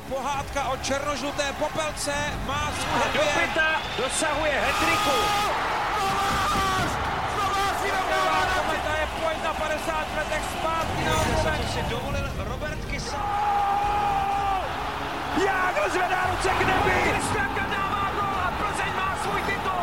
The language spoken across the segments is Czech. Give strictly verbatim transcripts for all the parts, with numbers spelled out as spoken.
pohádka o černožluté popelce má svůj happy end. Dopita dosahuje hat-tricku. Kometa je pojď na padesát letech zpátky na obloven. Si dovolil Robert Kysa. Jágr zvedá ruce k nebi. Kristianka dává gól a Plzeň má svůj titul.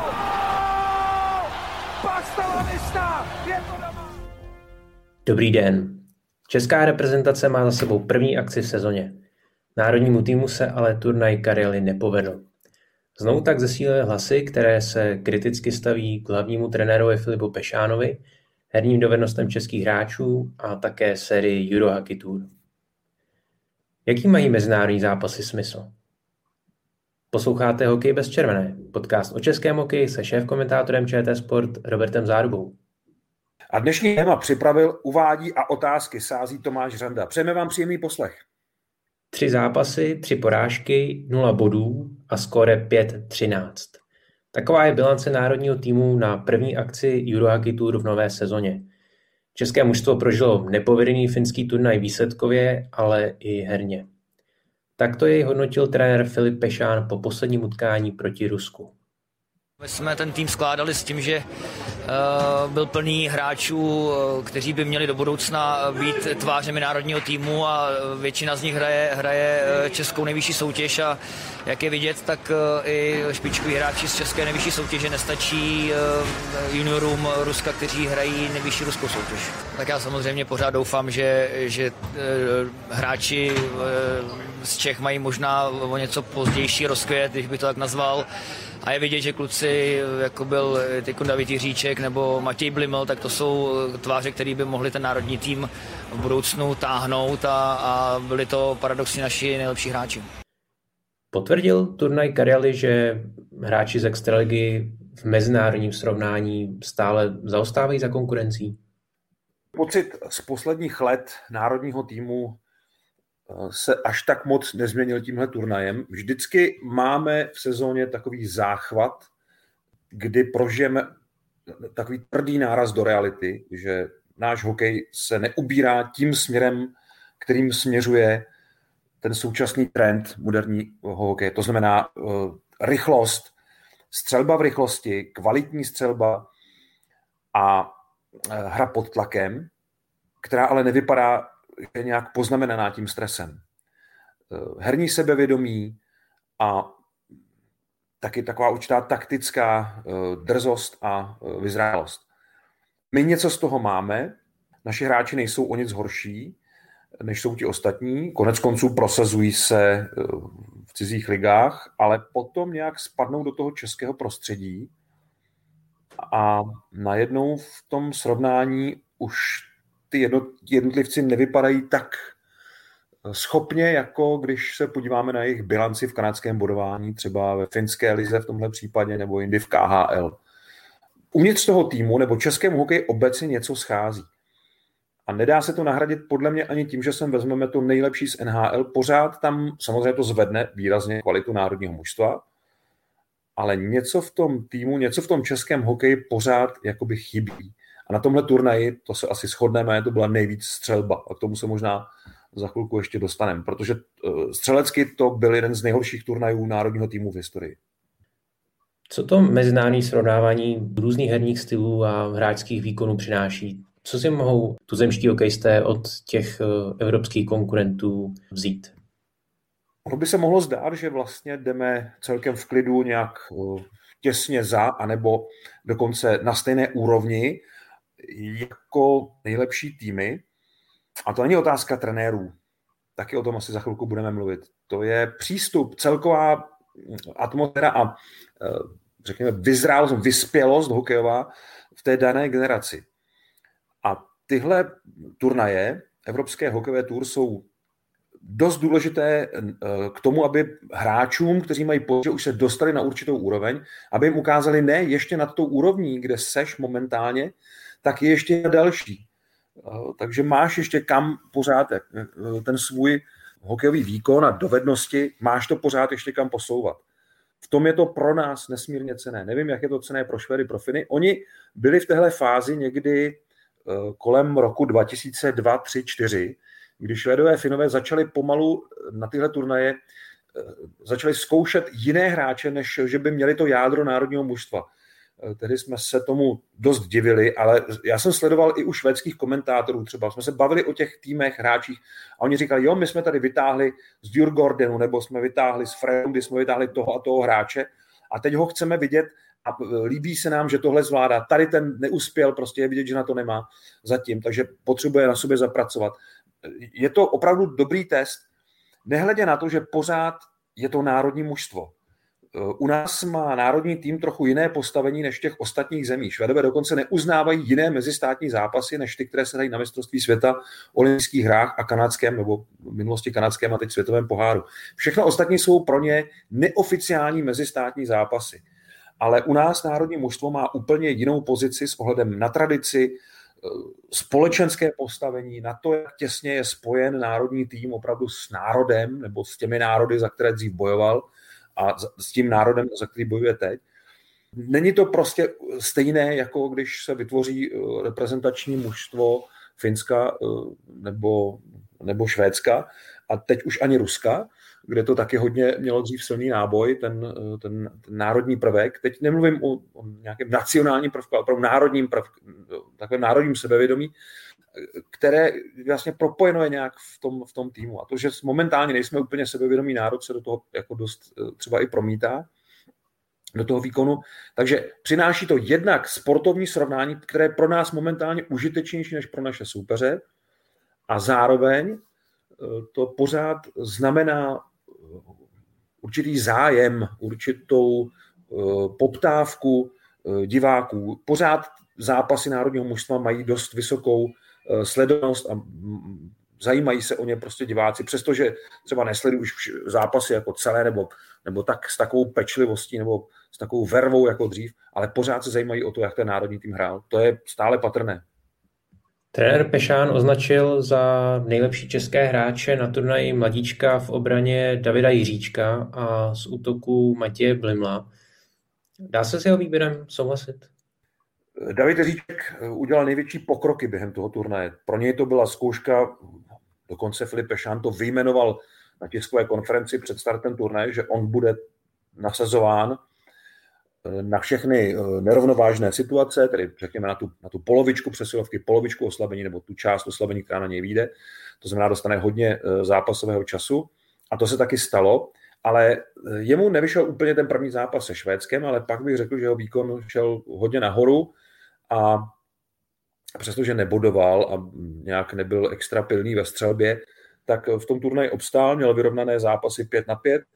Pastalanista, je to doma. Dobrý den. Česká reprezentace má za sebou první akci v sezóně. Národnímu týmu se ale turnaj Karely nepovedl. Znovu tak zesílily hlasy, které se kriticky staví k hlavnímu trenérovi Filipu Pešánovi, herním dovednostem českých hráčů a také sérii Eurohockey Tour. Jaký mají mezinárodní zápasy smysl? Posloucháte Hokej bez červené, podcast o českém hokeji se šéfkomentátorem ČT Sport Robertem Zárubou. A dnešní téma připravil, uvádí a otázky sází Tomáš Řanda. Přejeme vám příjemný poslech. Tři zápasy, tři porážky, nula bodů a skóre pět třináct. Taková je bilance národního týmu na první akci Eurohockey Tour v nové sezóně. České mužstvo prožilo nepovedený finský turnaj výsledkově, ale i herně. Takto jej hodnotil trenér Filip Pešán po posledním utkání proti Rusku. My jsme ten tým skládali s tím, že uh, byl plný hráčů, kteří by měli do budoucna být tvářemi národního týmu a většina z nich hraje, hraje českou nejvyšší soutěž a jak je vidět, tak uh, i špičkoví hráči z české nejvyšší soutěže nestačí uh, juniorům Ruska, kteří hrají nejvyšší ruskou soutěž. Tak já samozřejmě pořád doufám, že, že uh, hráči uh, z Čech mají možná o něco pozdější rozkvět, když bych to tak nazval. A je vidět, že kluci, jako byl teď David Jiříček nebo Matěj Bliml, tak to jsou tváře, který by mohli ten národní tým v budoucnu táhnout a, a byli to paradoxně naši nejlepší hráči. Potvrdil turnaj Karely, že hráči z extraligy v mezinárodním srovnání stále zaostávají za konkurencí? Pocit z posledních let národního týmu se až tak moc nezměnil tímhle turnajem. Vždycky máme v sezóně takový záchvat, kdy prožijeme takový tvrdý náraz do reality, že náš hokej se neubírá tím směrem, kterým směřuje ten současný trend moderního hokeje. To znamená uh, rychlost, střelba v rychlosti, kvalitní střelba a uh, hra pod tlakem, která ale nevypadá je nějak poznamenaná tím stresem. Herní sebevědomí a taky taková určitá taktická drzost a vyzrálost. My něco z toho máme, naši hráči nejsou o nic horší, než jsou ti ostatní, konec konců prosazují se v cizích ligách, ale potom nějak spadnou do toho českého prostředí a najednou v tom srovnání už ty jednotlivci nevypadají tak schopně, jako když se podíváme na jejich bilanci v kanadském bodování, třeba ve finské lize v tomhle případě, nebo jindy v K H L. Uvnitř toho týmu nebo českému hokeji obecně něco schází. A nedá se to nahradit podle mě ani tím, že sem vezmeme to nejlepší z N H L. Pořád tam samozřejmě to zvedne výrazně kvalitu národního mužstva, ale něco v tom týmu, něco v tom českém hokeji pořád jakoby chybí. A na tomhle turnaji, to se asi shodneme, to byla nejvíc střelba. A k tomu se možná za chvilku ještě dostaneme, protože střelecky to byl jeden z nejhorších turnajů národního týmu v historii. Co to mezinárodní srovnávání různých herních stylů a hráčských výkonů přináší? Co si mohou tuzemští hokejisté od těch evropských konkurentů vzít? Ono by se mohlo zdát, že vlastně jdeme celkem v klidu nějak těsně za, anebo dokonce na stejné úrovni jako nejlepší týmy. A to není otázka trenérů. Taky o tom asi za chvilku budeme mluvit. To je přístup, celková atmosféra a řekněme vyzrálost, vyspělost hokejová v té dané generaci. A tyhle turnaje, Evropské hokejové tour, jsou dost důležité k tomu, aby hráčům, kteří mají pocit, že už se dostali na určitou úroveň, aby jim ukázali ne ještě nad tou úrovní, kde seš momentálně, tak je ještě další. Takže máš ještě kam pořád ten svůj hokejový výkon a dovednosti, máš to pořád ještě kam posouvat. V tom je to pro nás nesmírně cenné. Nevím, jak je to cenné pro Švédy, pro Finy. Oni byli v téhle fázi někdy kolem roku dva tisíce dva, tři, čtyři, když Švédové Finové začali pomalu na tyhle turnaje začali zkoušet jiné hráče, než že by měli to jádro národního mužstva. Tehdy jsme se tomu dost divili, ale já jsem sledoval i u švédských komentátorů třeba. Jsme se bavili o těch týmech, hráčích a oni říkali, jo, my jsme tady vytáhli z Djurgårdenu, nebo jsme vytáhli z Frölundy, jsme vytáhli toho a toho hráče a teď ho chceme vidět a líbí se nám, že tohle zvládá. Tady ten neuspěl, prostě je vidět, že na to nemá zatím, takže potřebuje na sobě zapracovat. Je to opravdu dobrý test, nehledě na to, že pořád je to národní mužstvo. U nás má národní tým trochu jiné postavení než v těch ostatních zemích. Švédové dokonce neuznávají jiné mezistátní zápasy, než ty, které se dají na mistrovství světa, olympijských hrách a kanadském, nebo v minulosti kanadském a teď světovém poháru. Všechno ostatní jsou pro ně neoficiální mezistátní zápasy. Ale u nás národní mužstvo má úplně jinou pozici s ohledem na tradici, společenské postavení, na to, jak těsně je spojen národní tým opravdu s národem, nebo s těmi národy, za které dřív bojoval, a s tím národem, za který bojuje teď. Není to prostě stejné, jako když se vytvoří reprezentační mužstvo Finska nebo, nebo Švédska a teď už ani Ruska, kde to taky hodně mělo dřív silný náboj, ten, ten, ten národní prvek. Teď nemluvím o, o nějakém nacionálním prvku, ale o národním prvku, takovém národním sebevědomí, které vlastně propojeno je nějak v tom, v tom týmu. A to, že momentálně nejsme úplně sebevědomý národ, se do toho jako dost třeba i promítá do toho výkonu. Takže přináší to jednak sportovní srovnání, které je pro nás momentálně užitečnější než pro naše soupeře a zároveň to pořád znamená určitý zájem, určitou poptávku diváků. Pořád zápasy národního mužstva mají dost vysokou sledovanost a zajímají se o ně prostě diváci, přestože třeba nesledují už zápasy jako celé nebo, nebo tak s takovou pečlivostí nebo s takovou vervou jako dřív, ale pořád se zajímají o to, jak ten národní tým hrál. To je stále patrné. Trenér Pešán označil za nejlepší české hráče na turnaji mladíčka v obraně Davida Jiříčka a z útoku Matěje Blimla. Dá se s jeho výběrem souhlasit? David Jiříček udělal největší pokroky během toho turnaje. Pro něj to byla zkouška, dokonce Filip Pešán to vyjmenoval na tiskové konferenci před startem turnaje, že on bude nasazován na všechny nerovnovážné situace, tedy řekněme na tu, na tu polovičku přesilovky, polovičku oslabení nebo tu část oslabení, která na něj vyjde. To znamená, dostane hodně zápasového času a to se taky stalo, ale jemu nevyšel úplně ten první zápas se Švédskem, ale pak bych řekl, že jeho výkon šel hodně nahoru a přestože nebodoval a nějak nebyl extra pilný ve střelbě, tak v tom turnaji obstál, měl vyrovnané zápasy pět na pět.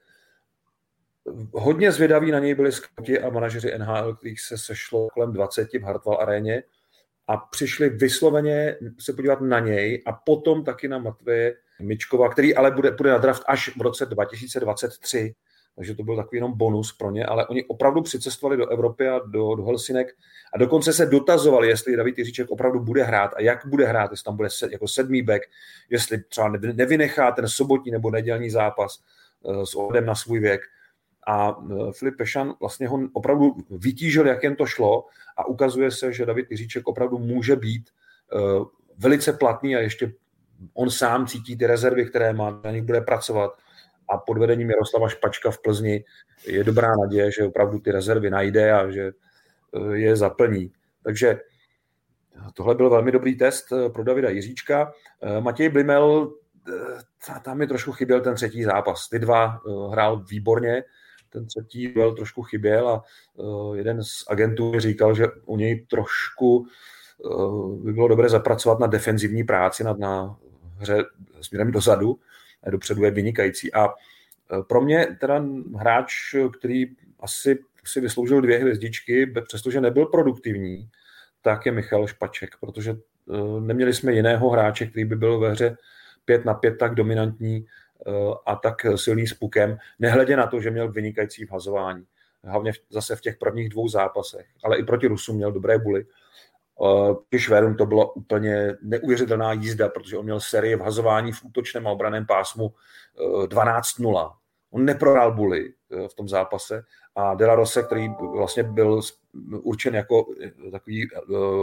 Hodně zvědaví na něj byli skauti a manažeři N H L, kterých se sešlo kolem dvacet v Hartwall aréně a přišli vysloveně se podívat na něj a potom taky na Matveje Mičkova, který ale bude, bude na draft až v roce dva tisíce dvacet tři, takže to byl takový jenom bonus pro ně, ale oni opravdu přicestovali do Evropy a do, do Helsinek a dokonce se dotazovali, jestli David Jiříček opravdu bude hrát a jak bude hrát, jestli tam bude sed, jako sedmý back, jestli třeba nevynechá ten sobotní nebo nedělní zápas uh, s ohledem na svůj věk. A Filip Pešan vlastně ho opravdu vytížil, jak jen to šlo a ukazuje se, že David Jiříček opravdu může být uh, velice platný a ještě on sám cítí ty rezervy, které má, na nich bude pracovat a pod vedením Jaroslava Špačka v Plzni je dobrá naděje, že opravdu ty rezervy najde a že uh, je zaplní. Takže tohle byl velmi dobrý test pro Davida Jiříčka. Uh, Matěj Blimel, uh, tam mi trošku chyběl ten třetí zápas. Ty dva uh, hrál výborně, ten třetí duel trošku chyběl a uh, jeden z agentů mi říkal, že u něj trošku uh, by bylo dobré zapracovat na defenzivní práci, na, na hře směrem dozadu, a dopředu je vynikající. A uh, pro mě teda hráč, který asi si vysloužil dvě hvězdičky, přestože nebyl produktivní, tak je Michal Špaček, protože uh, neměli jsme jiného hráče, který by byl ve hře pět na pět tak dominantní a tak silný s pukem, nehledě na to, že měl vynikající vhazování. Hlavně zase v těch prvních dvou zápasech, ale i proti Rusům měl dobré buly. Proti Švédům to byla úplně neuvěřitelná jízda, protože on měl série vhazování v útočném a obranném pásmu dvanáct nula. On neprohrál buly v tom zápase a De La Rose, který vlastně byl určen jako takový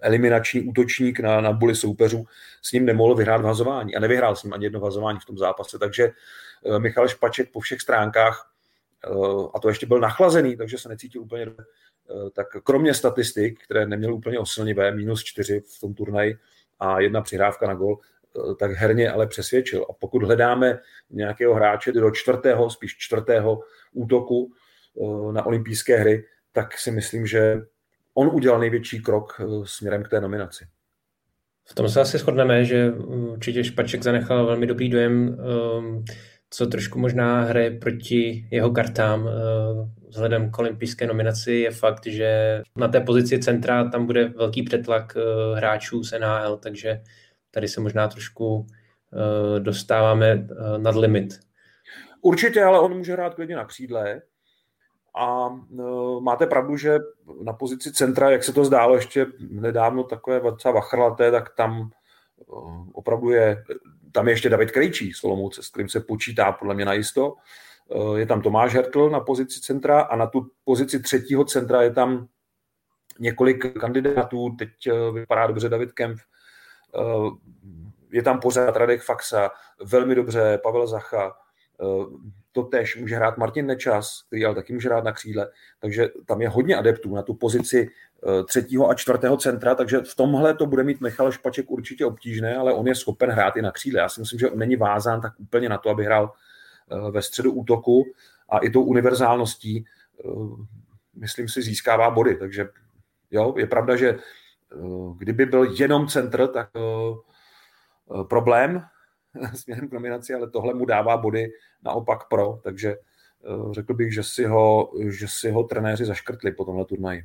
eliminační útočník na, na buli soupeřů, s ním nemohl vyhrát v hazování a nevyhrál s ním ani jedno hazování v tom zápase, takže Michal Špaček po všech stránkách, a to ještě byl nachlazený, takže se necítil úplně dobře, tak kromě statistik, které neměly úplně oslnivé, minus čtyři v tom turnaji a jedna přihrávka na gol, tak herně ale přesvědčil. A pokud hledáme nějakého hráče do čtvrtého, spíš čtvrtého útoku na olympijské hry, tak si myslím, že on udělal největší krok směrem k té nominaci. V tom se asi shodneme, že určitě Špaček zanechal velmi dobrý dojem, co trošku možná hraje proti jeho kartám. Vzhledem k olympijské nominaci je fakt, že na té pozici centra tam bude velký přetlak hráčů z N H L, takže tady se možná trošku dostáváme nad limit. Určitě, ale on může hrát klidně na křídle. A uh, máte pravdu, že na pozici centra, jak se to zdálo ještě nedávno takové docela vachrlaté, tak tam uh, opravdu je, tam je ještě David Krejčí z Olomouce, s kterým se počítá podle mě najisto. Uh, je tam Tomáš Hertl na pozici centra a na tu pozici třetího centra je tam několik kandidátů. Teď uh, vypadá dobře David Kempf, uh, je tam pořád Radek Faxa, velmi dobře Pavel Zacha, uh, to též může hrát Martin Nečas, který ale taky může hrát na křídle, takže tam je hodně adeptů na tu pozici třetího a čtvrtého centra, takže v tomhle to bude mít Michal Špaček určitě obtížné, ale on je schopen hrát i na křídle. Já si myslím, že on není vázán tak úplně na to, aby hrál ve středu útoku a i tou univerzálností, myslím si, získává body, takže jo, je pravda, že kdyby byl jenom centr, tak problém směrem k nominaci, ale tohle mu dává body naopak pro, takže řekl bych, že si ho, že si ho trenéři zaškrtli po tomhle turnaji.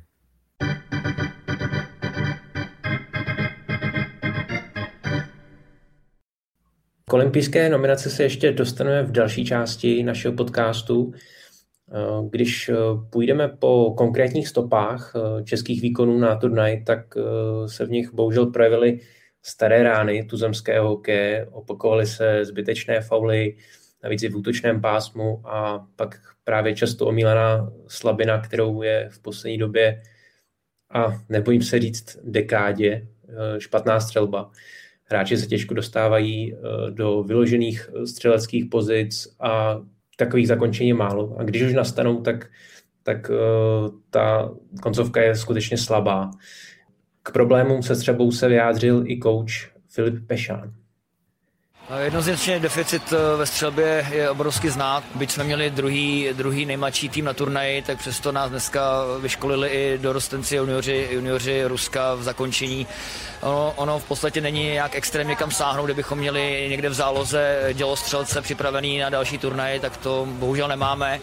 K olympijské nominaci se ještě dostaneme v další části našeho podcastu. Když půjdeme po konkrétních stopách českých výkonů na turnaj, tak se v nich bohužel projevily staré rány tuzemského hokeje, opakovaly se zbytečné fauly, navíc i v útočném pásmu a pak právě často omílaná slabina, kterou je v poslední době, a nebojím se říct dekádě, špatná střelba. Hráči se těžko dostávají do vyložených střeleckých pozic a takových zakončení málo. A když už nastanou, tak, tak ta koncovka je skutečně slabá. K problémům se střelbou se vyjádřil i kouč Filip Pešán. Jednoznačně deficit ve střelbě je obrovsky znát. Byť jsme měli druhý, druhý nejmladší tým na turnaji, tak přesto nás dneska vyškolili i dorostenci junioři, junioři Ruska v zakončení. Ono, ono v podstatě není nějak extrémně kam sáhnout, kdybychom měli někde v záloze dělostřelce připravený na další turnaj, tak to bohužel nemáme.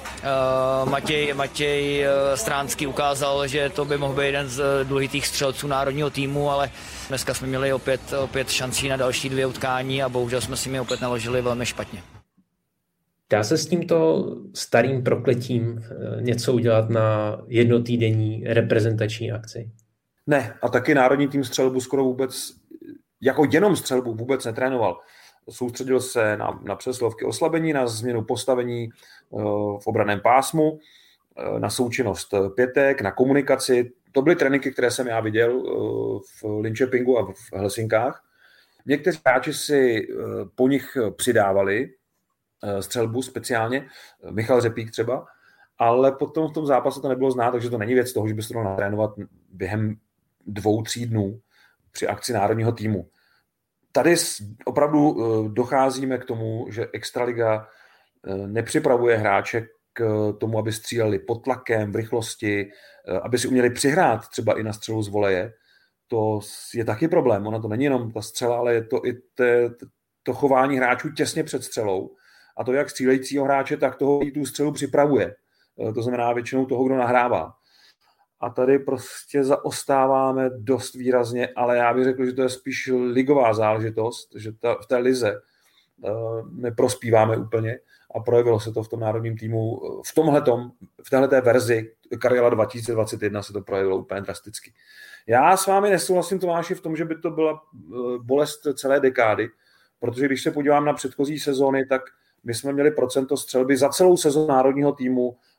Uh, Matěj, Matěj uh, Stránský ukázal, že to by mohl být jeden z důležitých střelců národního týmu, ale dneska jsme měli opět, opět šancí na další dvě utkání a bohužel jsme si mi opět naložili velmi špatně. Dá se s tímto starým prokletím něco udělat na jednotýdenní reprezentační akci? Ne, a taky národní tým střelbu skoro vůbec, jako jenom střelbu vůbec netrénoval. Soustředil se na, na přeslovky oslabení, na změnu postavení v obranném pásmu, na součinnost pětek, na komunikaci. To byly tréninky, které jsem já viděl v Linköpingu a v Helsinkách. Někteří hráči si po nich přidávali střelbu speciálně, Michal Řepík třeba, ale potom v tom zápase to nebylo znát, takže to není věc toho, že by se to dalo natrénovat během dvou, tří dnů při akci národního týmu. Tady opravdu docházíme k tomu, že Extraliga nepřipravuje hráče k tomu, aby stříleli pod tlakem, v rychlosti, aby si uměli přihrát třeba i na střelu z voleje. To je taky problém. Ona to není jenom ta střela, ale je to i te, to chování hráčů těsně před střelou. A to jak střílejícího hráče, tak toho i tu střelu připravuje. To znamená většinou toho, kdo nahrává. A tady prostě zaostáváme dost výrazně, ale já bych řekl, že to je spíš ligová záležitost, že ta, v té lize uh, neprospíváme úplně a projevilo se to v tom národním týmu. V tomhletom, v téhleté verzi Karjala dva tisíce dvacet jedna se to projevilo úplně drasticky. Já s vámi nesouhlasím, Tomáši, v tom, že by to byla bolest celé dekády, protože když se podívám na předchozí sezóny, tak my jsme měli procento střelby za celou sezónu národního týmu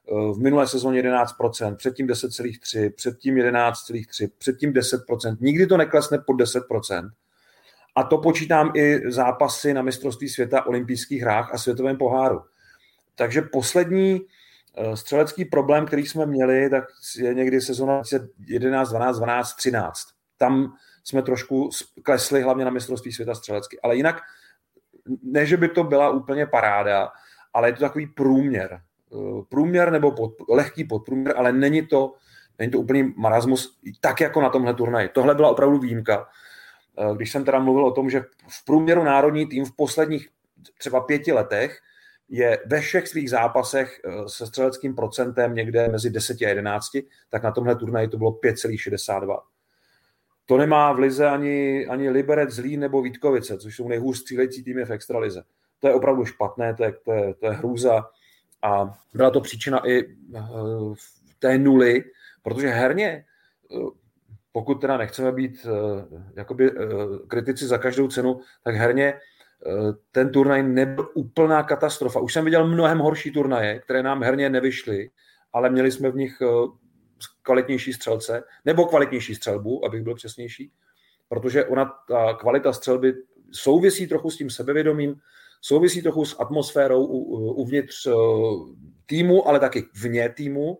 v minulé sezóně jedenáct procent, předtím deset celá tři, předtím jedenáct celá tři, předtím deset procent. Nikdy to neklesne pod deset procent. A to počítám i zápasy na mistrovství světa, olympijských hrách a světovém poháru. Takže poslední střelecký problém, který jsme měli, tak je někdy sezóna jedenáct, dvanáct, dvanáct, třináct. Tam jsme trošku klesli hlavně na mistrovství světa střelecky. Ale jinak, ne, že by to byla úplně paráda, ale je to takový průměr. Průměr nebo pod, lehký podprůměr, ale není to, není to úplný marasmus, tak jako na tomhle turnaji. Tohle byla opravdu výjimka. Když jsem teda mluvil o tom, že v průměru národní tým v posledních třeba pěti letech je ve všech svých zápasech se střeleckým procentem někde mezi deset a jedenáct, tak na tomhle turnaji to bylo pět celá šedesát dva. To nemá v lize ani, ani Liberec, Zlín nebo Vítkovice, což jsou nejhůř střílející týmy v extralize. To je opravdu špatné, to je, to je, to je hrůza a byla to příčina i té nuly, protože herně, pokud teda nechceme být jakoby kritici za každou cenu, tak herně ten turnaj nebyl úplná katastrofa. Už jsem viděl mnohem horší turnaje, které nám herně nevyšly, ale měli jsme v nich kvalitnější střelce, nebo kvalitnější střelbu, abych byl přesnější, protože ona, ta kvalita střelby souvisí trochu s tím sebevědomím, souvisí trochu s atmosférou uvnitř týmu, ale taky vně týmu.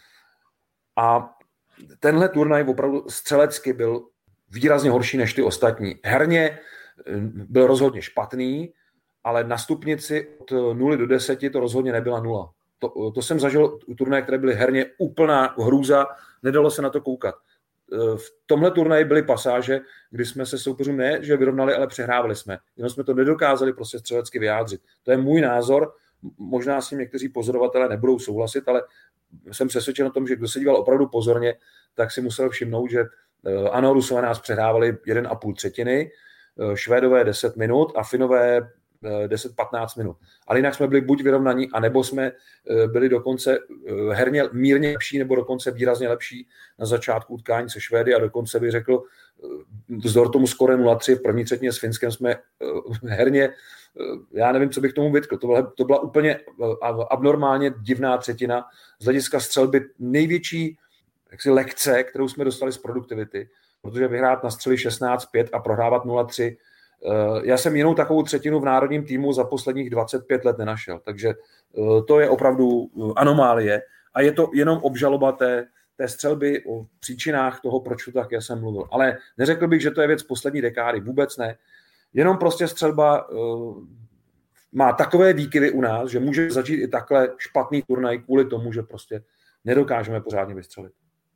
A tenhle turnaj opravdu střelecky byl výrazně horší než ty ostatní. Herně byl rozhodně špatný, ale na stupnici od nuly do deseti to rozhodně nebyla nula. To, to jsem zažil u turnaje, které byly herně úplná hrůza, nedalo se na to koukat. V tomhle turnaji byly pasáže, kdy jsme se soupeřům ne, že vyrovnali, ale přehrávali jsme. Jenom jsme to nedokázali prostě střelecky vyjádřit. To je můj názor, možná s tím někteří pozorovatelé nebudou souhlasit, ale jsem přesvědčen o tom, že kdo se díval opravdu pozorně, tak si musel všimnout, že ano, Rusové nás přehrávali jeden a půl třetiny, Švédové deset minut a Finové deset patnáct minut. Ale jinak jsme byli buď vyrovnaní, anebo jsme byli dokonce herně mírně lepší, nebo dokonce výrazně lepší na začátku utkání se Švédy a dokonce bych řekl, vzdor tomu skore nula tři v první třetině s Finskem jsme herně, já nevím, co bych tomu vytkl. To byla, to byla úplně abnormálně divná třetina. Z hlediska střelby největší jaksi lekce, kterou jsme dostali z produktivity, protože vyhrát na střely šestnáct pět a prohrávat nula tři. Já jsem jinou takovou třetinu v národním týmu za posledních dvacet pět let nenašel, takže to je opravdu anomálie a je to jenom obžaloba té, té střelby o příčinách toho, proč to tak já jsem mluvil. Ale neřekl bych, že to je věc poslední dekády, vůbec ne. Jenom prostě střelba uh, má takové výkyvy u nás, že může začít i takhle špatný turnaj kvůli tomu, že prostě nedokážeme pořádně vystřelit.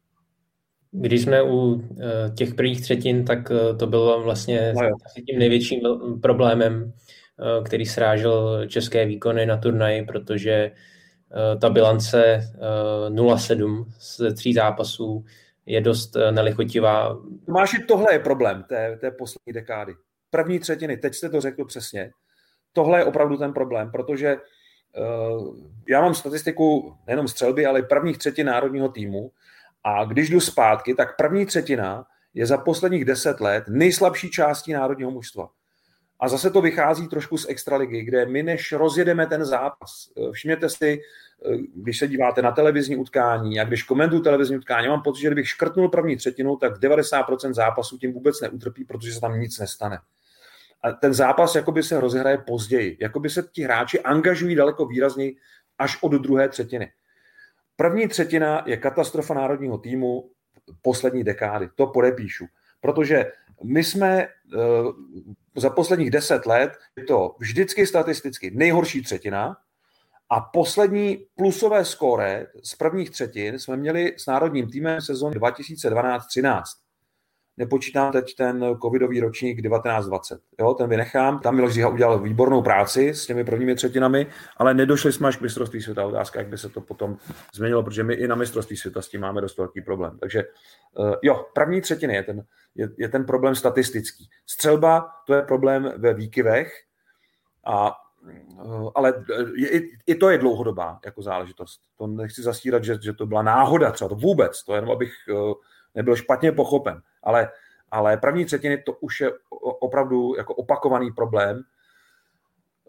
Když jsme u těch prvních třetin, tak to bylo vlastně no tím největším problémem, který srážel české výkony na turnaji, protože ta bilance nula sedm z tří zápasů je dost nelichotivá. Tomáši, tohle je problém té, té poslední dekády. První třetiny, teď jste to řekl přesně. Tohle je opravdu ten problém, protože uh, já mám statistiku nejenom střelby, ale i prvních třetin národního týmu. A když jdu zpátky, tak první třetina je za posledních deset let nejslabší částí národního mužstva. A zase to vychází trošku z extraligy, kde my než rozjedeme ten zápas. Všimněte si, když se díváte na televizní utkání a když komentuju televizní utkání, mám pocit, že kdybych škrtnul první třetinu, tak devadesát procent zápasů tím vůbec neutrpí, protože se tam nic nestane. A ten zápas jakoby se rozehraje později. Jakoby se ti hráči angažují daleko výrazněji až od druhé třetiny. První třetina je katastrofa národního týmu poslední dekády. To podepíšu. Protože my jsme za posledních deset let, je to vždycky statisticky nejhorší třetina a poslední plusové skóre z prvních třetin jsme měli s národním týmem sezóny dva tisíce dvanáct třináct. Nepočítám teď ten covidový ročník devatenáct dvacet. Jo, ten vynechám. Tam Miloš Říha udělal výbornou práci s těmi prvními třetinami, ale nedošli jsme až k mistrovství světa. Otázka, jak by se to potom změnilo, protože my i na mistrovství světa s tím máme dost velký problém. Takže jo, první třetiny je ten, je, je ten problém statistický. Střelba, to je problém ve výkyvech, a, ale je, i, i to je dlouhodobá jako záležitost. To nechci zastírat, že, že to byla náhoda třeba, to vůbec, to jenom abych nebyl špatně pochopen. Ale, ale první třetiny to už je opravdu jako opakovaný problém.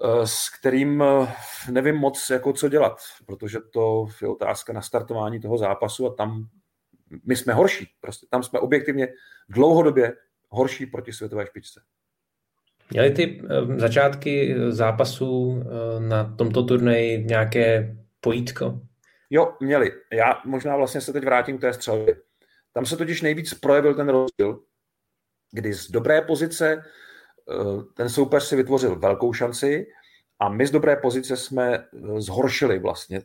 s kterým nevím moc, jako co dělat, protože to je otázka na startování toho zápasu a tam my jsme horší. Prostě tam jsme objektivně dlouhodobě horší proti světové špičce. Měli ty začátky zápasů na tomto turnaji nějaké pojítko? Jo, měli. Já možná vlastně se teď vrátím k té střelbě. Tam se totiž nejvíc projevil ten rozdíl, kdy z dobré pozice ten soupeř si vytvořil velkou šanci a my z dobré pozice jsme zhoršili vlastně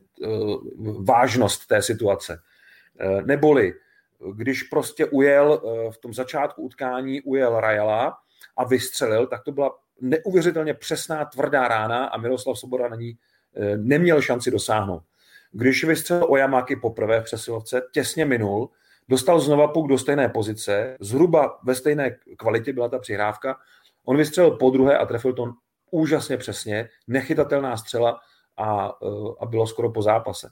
vážnost té situace. Neboli, když prostě ujel v tom začátku utkání, ujel Rajala a vystřelil, tak to byla neuvěřitelně přesná, tvrdá rána a Miroslav Svoboda na ní neměl šanci dosáhnout. Když vystřelil Ojamaki poprvé v přesilovce, těsně minul, dostal znova puk do stejné pozice, zhruba ve stejné kvalitě byla ta přihrávka, on vystřelil po druhé a trefil to úžasně přesně, nechytatelná střela a, a bylo skoro po zápase.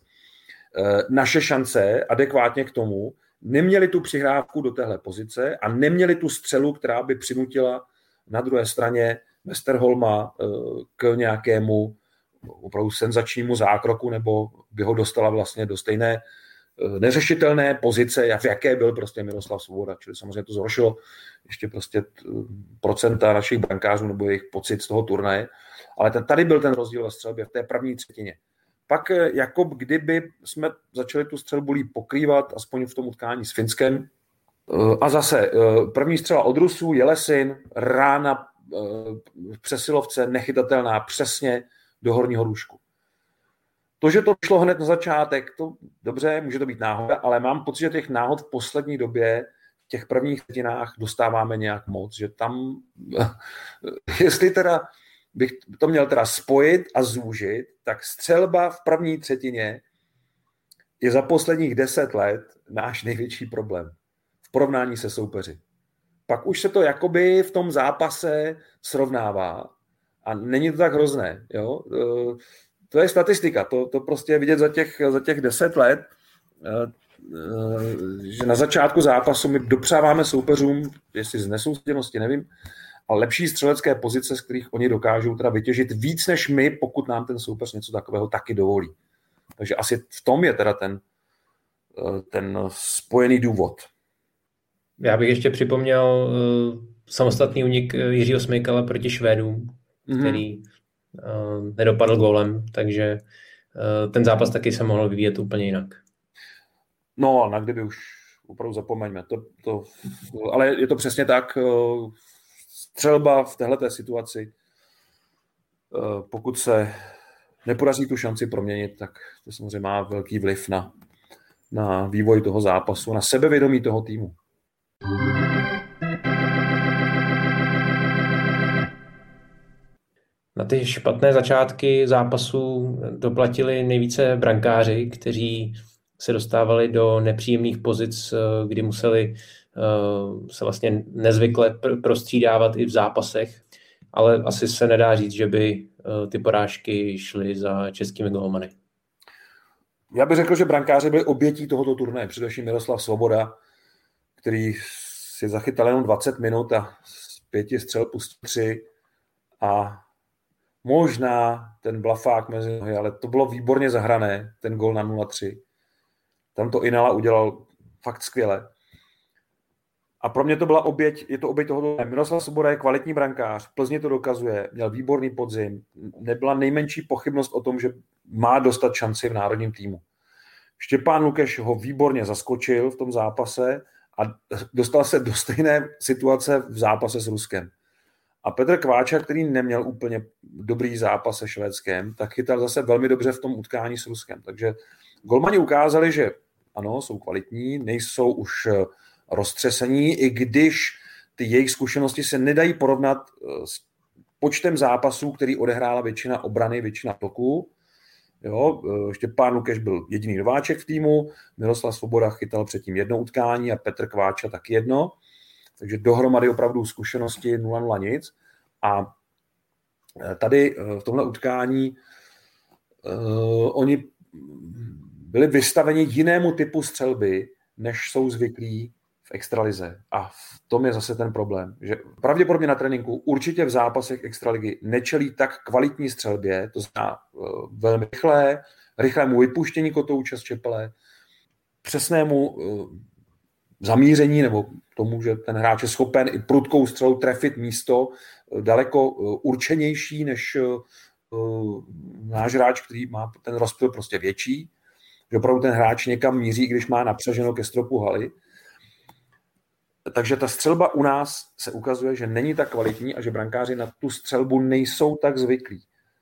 Naše šance adekvátně k tomu neměli tu přihrávku do téhle pozice a neměli tu střelu, která by přinutila na druhé straně Westerholma k nějakému opravdu senzačnímu zákroku, nebo by ho dostala vlastně do stejné neřešitelné pozice, v jaké byl prostě Miroslav Svoboda. Čili samozřejmě to zhoršilo ještě prostě procenta našich brankářů nebo jejich pocit z toho turnaje. Ale ten, tady byl ten rozdíl ve střelbě v té první třetině. Pak jako kdyby jsme začali tu střelbu líp pokrývat, aspoň v tom utkání s Finskem. A zase první střela od Rusů, Jelesin, rána v přesilovce, nechytatelná přesně do horního růžku. To, že to šlo hned na začátek, to dobře, může to být náhoda, ale mám pocit, že těch náhod v poslední době, v těch prvních třetinách dostáváme nějak moc, že tam, jestli teda bych to měl teda spojit a zúžit, tak střelba v první třetině je za posledních deset let náš největší problém v porovnání se soupeři. Pak už se to jakoby v tom zápase srovnává a není to tak hrozné, jo. To je statistika, to, to prostě je vidět za těch, za těch deset let, že na začátku zápasu my dopřáváme soupeřům, jestli z nesoustředěnosti, nevím, ale lepší střelecké pozice, z kterých oni dokážou teda vytěžit víc než my, pokud nám ten soupeř něco takového taky dovolí. Takže asi v tom je teda ten, ten spojený důvod. Já bych ještě připomněl samostatný únik Jiřího Smejkala proti Švédům, mm-hmm. který nedopadl gólem, takže ten zápas taky se mohl vyvíjet úplně jinak. No, na kdyby už opravdu zapomeňme. To, to, ale je to přesně tak. Střelba v téhleté situaci, pokud se nepodaří tu šanci proměnit, tak to samozřejmě má velký vliv na, na vývoj toho zápasu, na sebevědomí toho týmu. Na ty špatné začátky zápasu doplatili nejvíce brankáři, kteří se dostávali do nepříjemných pozic, kdy museli se vlastně nezvykle prostřídávat i v zápasech, ale asi se nedá říct, že by ty porážky šly za českými golmany. Já bych řekl, že brankáři byli obětí tohoto turnaje, především Miroslav Svoboda, který si zachytal jenom dvacet minut a z pěti střel pustil tři a možná ten blafák mezi nohy, ale to bylo výborně zahrané, ten gol na nula tři. Tam to Inala udělal fakt skvěle. A pro mě to byla oběť, je to oběť toho. Miroslav Svoboda je kvalitní brankář, Plzni to dokazuje, měl výborný podzim, nebyla nejmenší pochybnost o tom, že má dostat šanci v národním týmu. Štěpán Lukeš ho výborně zaskočil v tom zápase a dostal se do stejné situace v zápase s Ruskem. A Petr Kváča, který neměl úplně dobrý zápas se Švédskem, tak chytal zase velmi dobře v tom utkání s Ruskem. Takže golmani ukázali, že ano, jsou kvalitní, nejsou už roztřesení, i když ty jejich zkušenosti se nedají porovnat s počtem zápasů, který odehrála většina obrany, většina toků. Jo, Štěpán Lukeš byl jediný nováček v týmu, Miroslav Svoboda chytal předtím jedno utkání a Petr Kváča tak jedno. Takže dohromady opravdu zkušenosti nula nula nic. A tady v tomhle utkání uh, oni byli vystaveni jinému typu střelby, než jsou zvyklí v extralize. A v tom je zase ten problém, že pravděpodobně na tréninku určitě v zápasech extraligy nečelí tak kvalitní střelbě, to znamená uh, velmi rychlé, rychlému vypuštění kotouče z čepele, přesnému uh, zamíření nebo tomu, že ten hráč je schopen i prudkou střelou trefit místo uh, daleko uh, určenější než uh, náš hráč, který má ten rozptyl prostě větší, že opravdu ten hráč někam míří, když má napřaženo ke stropu haly. Takže ta střelba u nás se ukazuje, že není tak kvalitní a že brankáři na tu střelbu nejsou tak zvyklí.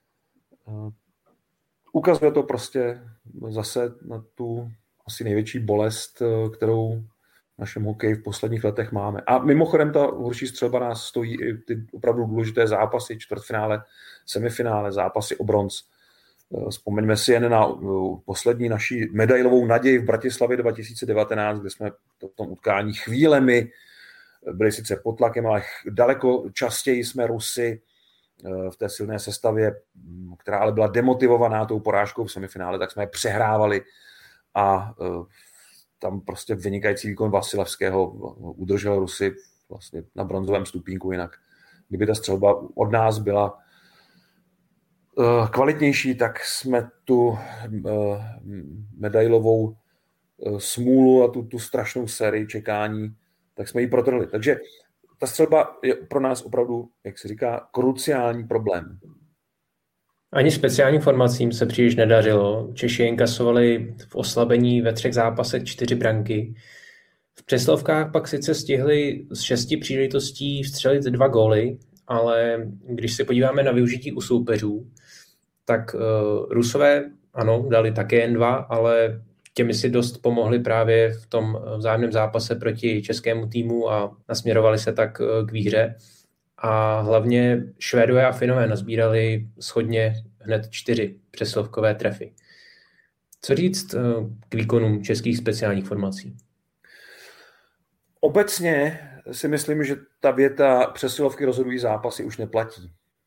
Ukazuje to prostě zase na tu asi největší bolest, kterou v našem hokeji v posledních letech máme. A mimochodem ta horší střelba nás stojí i ty opravdu důležité zápasy, čtvrtfinále, semifinále, zápasy o bronz. Vzpomeňme si jen na poslední naší medailovou naději v Bratislavě dva tisíce devatenáct, kde jsme v tom utkání chvílemi byli sice pod tlakem, ale daleko častěji jsme Rusy v té silné sestavě, která ale byla demotivovaná tou porážkou v semifinále, tak jsme je přehrávali a tam prostě vynikající výkon Vasilevského udržel Rusy vlastně na bronzovém stupínku, jinak kdyby ta střelba od nás byla kvalitnější, tak jsme tu medailovou smůlu a tu, tu strašnou sérii čekání, tak jsme ji protrhli. Takže ta střelba je pro nás opravdu, jak se říká, kruciální problém. Ani speciálním formacím se příliš nedařilo. Češi inkasovali v oslabení ve třech zápasech čtyři branky. V přesilovkách pak sice stihli z šesti příležitostí vstřelit dva góly, ale když se podíváme na využití u soupeřů, tak uh, Rusové, ano, dali také jen dva, ale těmi si dost pomohli právě v tom vzájemném zápase proti českému týmu a nasměrovali se tak uh, k výhře. A hlavně Švédové a Finové nazbírali shodně hned čtyři přesilovkové trefy. Co říct uh, k výkonům českých speciálních formací? Obecně si myslím, že ta věta přesilovky rozhodují zápasy už neplatí.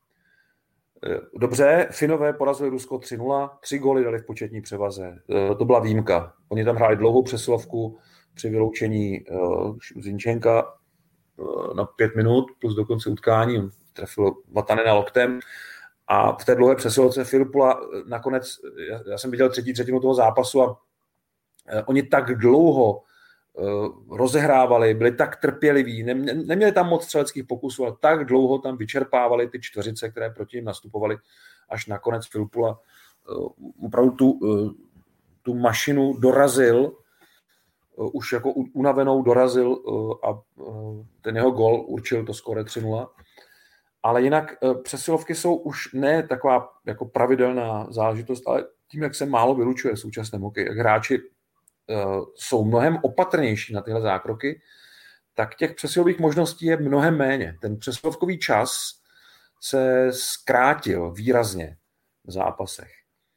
Dobře, Finové porazili Rusko tři nula, tři góly dali v početní převaze. To byla výjimka. Oni tam hráli dlouhou přesilovku při vyloučení Zinčenka na pět minut plus do konce utkání. On trefil Vatanena loktem. A v té dlouhé přesilovce Filipula nakonec, já jsem viděl třetí třetinu toho zápasu a oni tak dlouho rozehrávali, byli tak trpěliví, neměli tam moc střeleckých pokusů, ale tak dlouho tam vyčerpávali ty čtveřice, které proti nim nastupovaly, až nakonec Filipula opravdu tu, tu mašinu dorazil, už jako unavenou dorazil a ten jeho gol určil to skóre tři nula. Ale jinak přesilovky jsou už ne taková jako pravidelná záležitost, ale tím, jak se málo vylučuje v současném hokeji, jak hráči jsou mnohem opatrnější na tyhle zákroky, tak těch přesilových možností je mnohem méně. Ten přesilovkový čas se zkrátil výrazně v zápasech.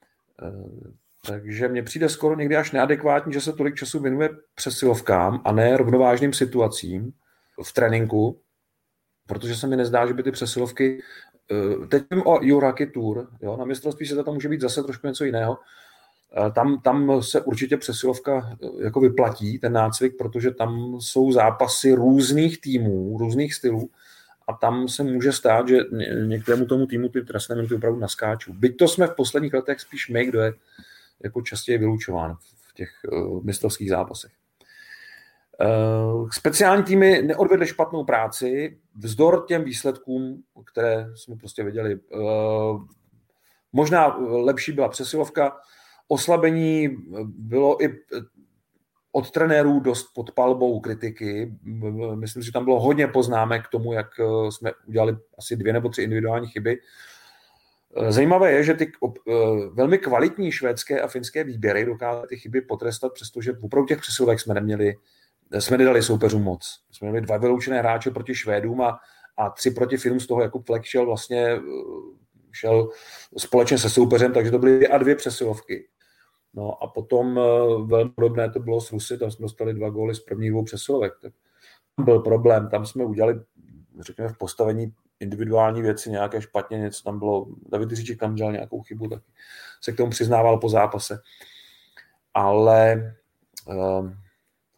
Takže mně přijde skoro někdy až neadekvátní, že se tolik času věnuje přesilovkám a ne rovnovážným situacím v tréninku, protože se mi nezdá, že by ty přesilovky, teď mím o Eurohockey Tour, jo, na mistrovství světa to může být zase trošku něco jiného. Tam, tam se určitě přesilovka jako vyplatí, ten nácvik, protože tam jsou zápasy různých týmů, různých stylů a tam se může stát, že některému tomu týmu ty trestné minuty opravdu naskáčou. Byť to jsme v posledních letech spíš my, kdo je jako častěji vylučován v těch uh, mistrovských zápasech. Uh, speciální týmy neodvedly špatnou práci, vzdor těm výsledkům, které jsme prostě viděli. Uh, možná lepší byla přesilovka, oslabení bylo i od trenérů dost pod palbou kritiky. Myslím, že tam bylo hodně poznámek k tomu, jak jsme udělali asi dvě nebo tři individuální chyby. Zajímavé je, že ty velmi kvalitní švédské a finské výběry dokázaly ty chyby potrestat, přestože opravdu těch přesilovek jsme neměli, jsme nedali soupeřům moc. Jsme měli dva vyloučené hráče proti Švédům a, a tři proti Finům, z toho Jakub Flek šel vlastně šel společně se soupeřem, takže to byly a dvě přesilovky. No a potom velmi podobné to bylo s Rusy, tam jsme dostali dva góly z prvních dvou přesilovek. Tak byl problém, tam jsme udělali, řekněme, v postavení individuální věci nějaké špatně, něco tam bylo, David Říček tam dělal nějakou chybu, tak se k tomu přiznával po zápase. Ale uh,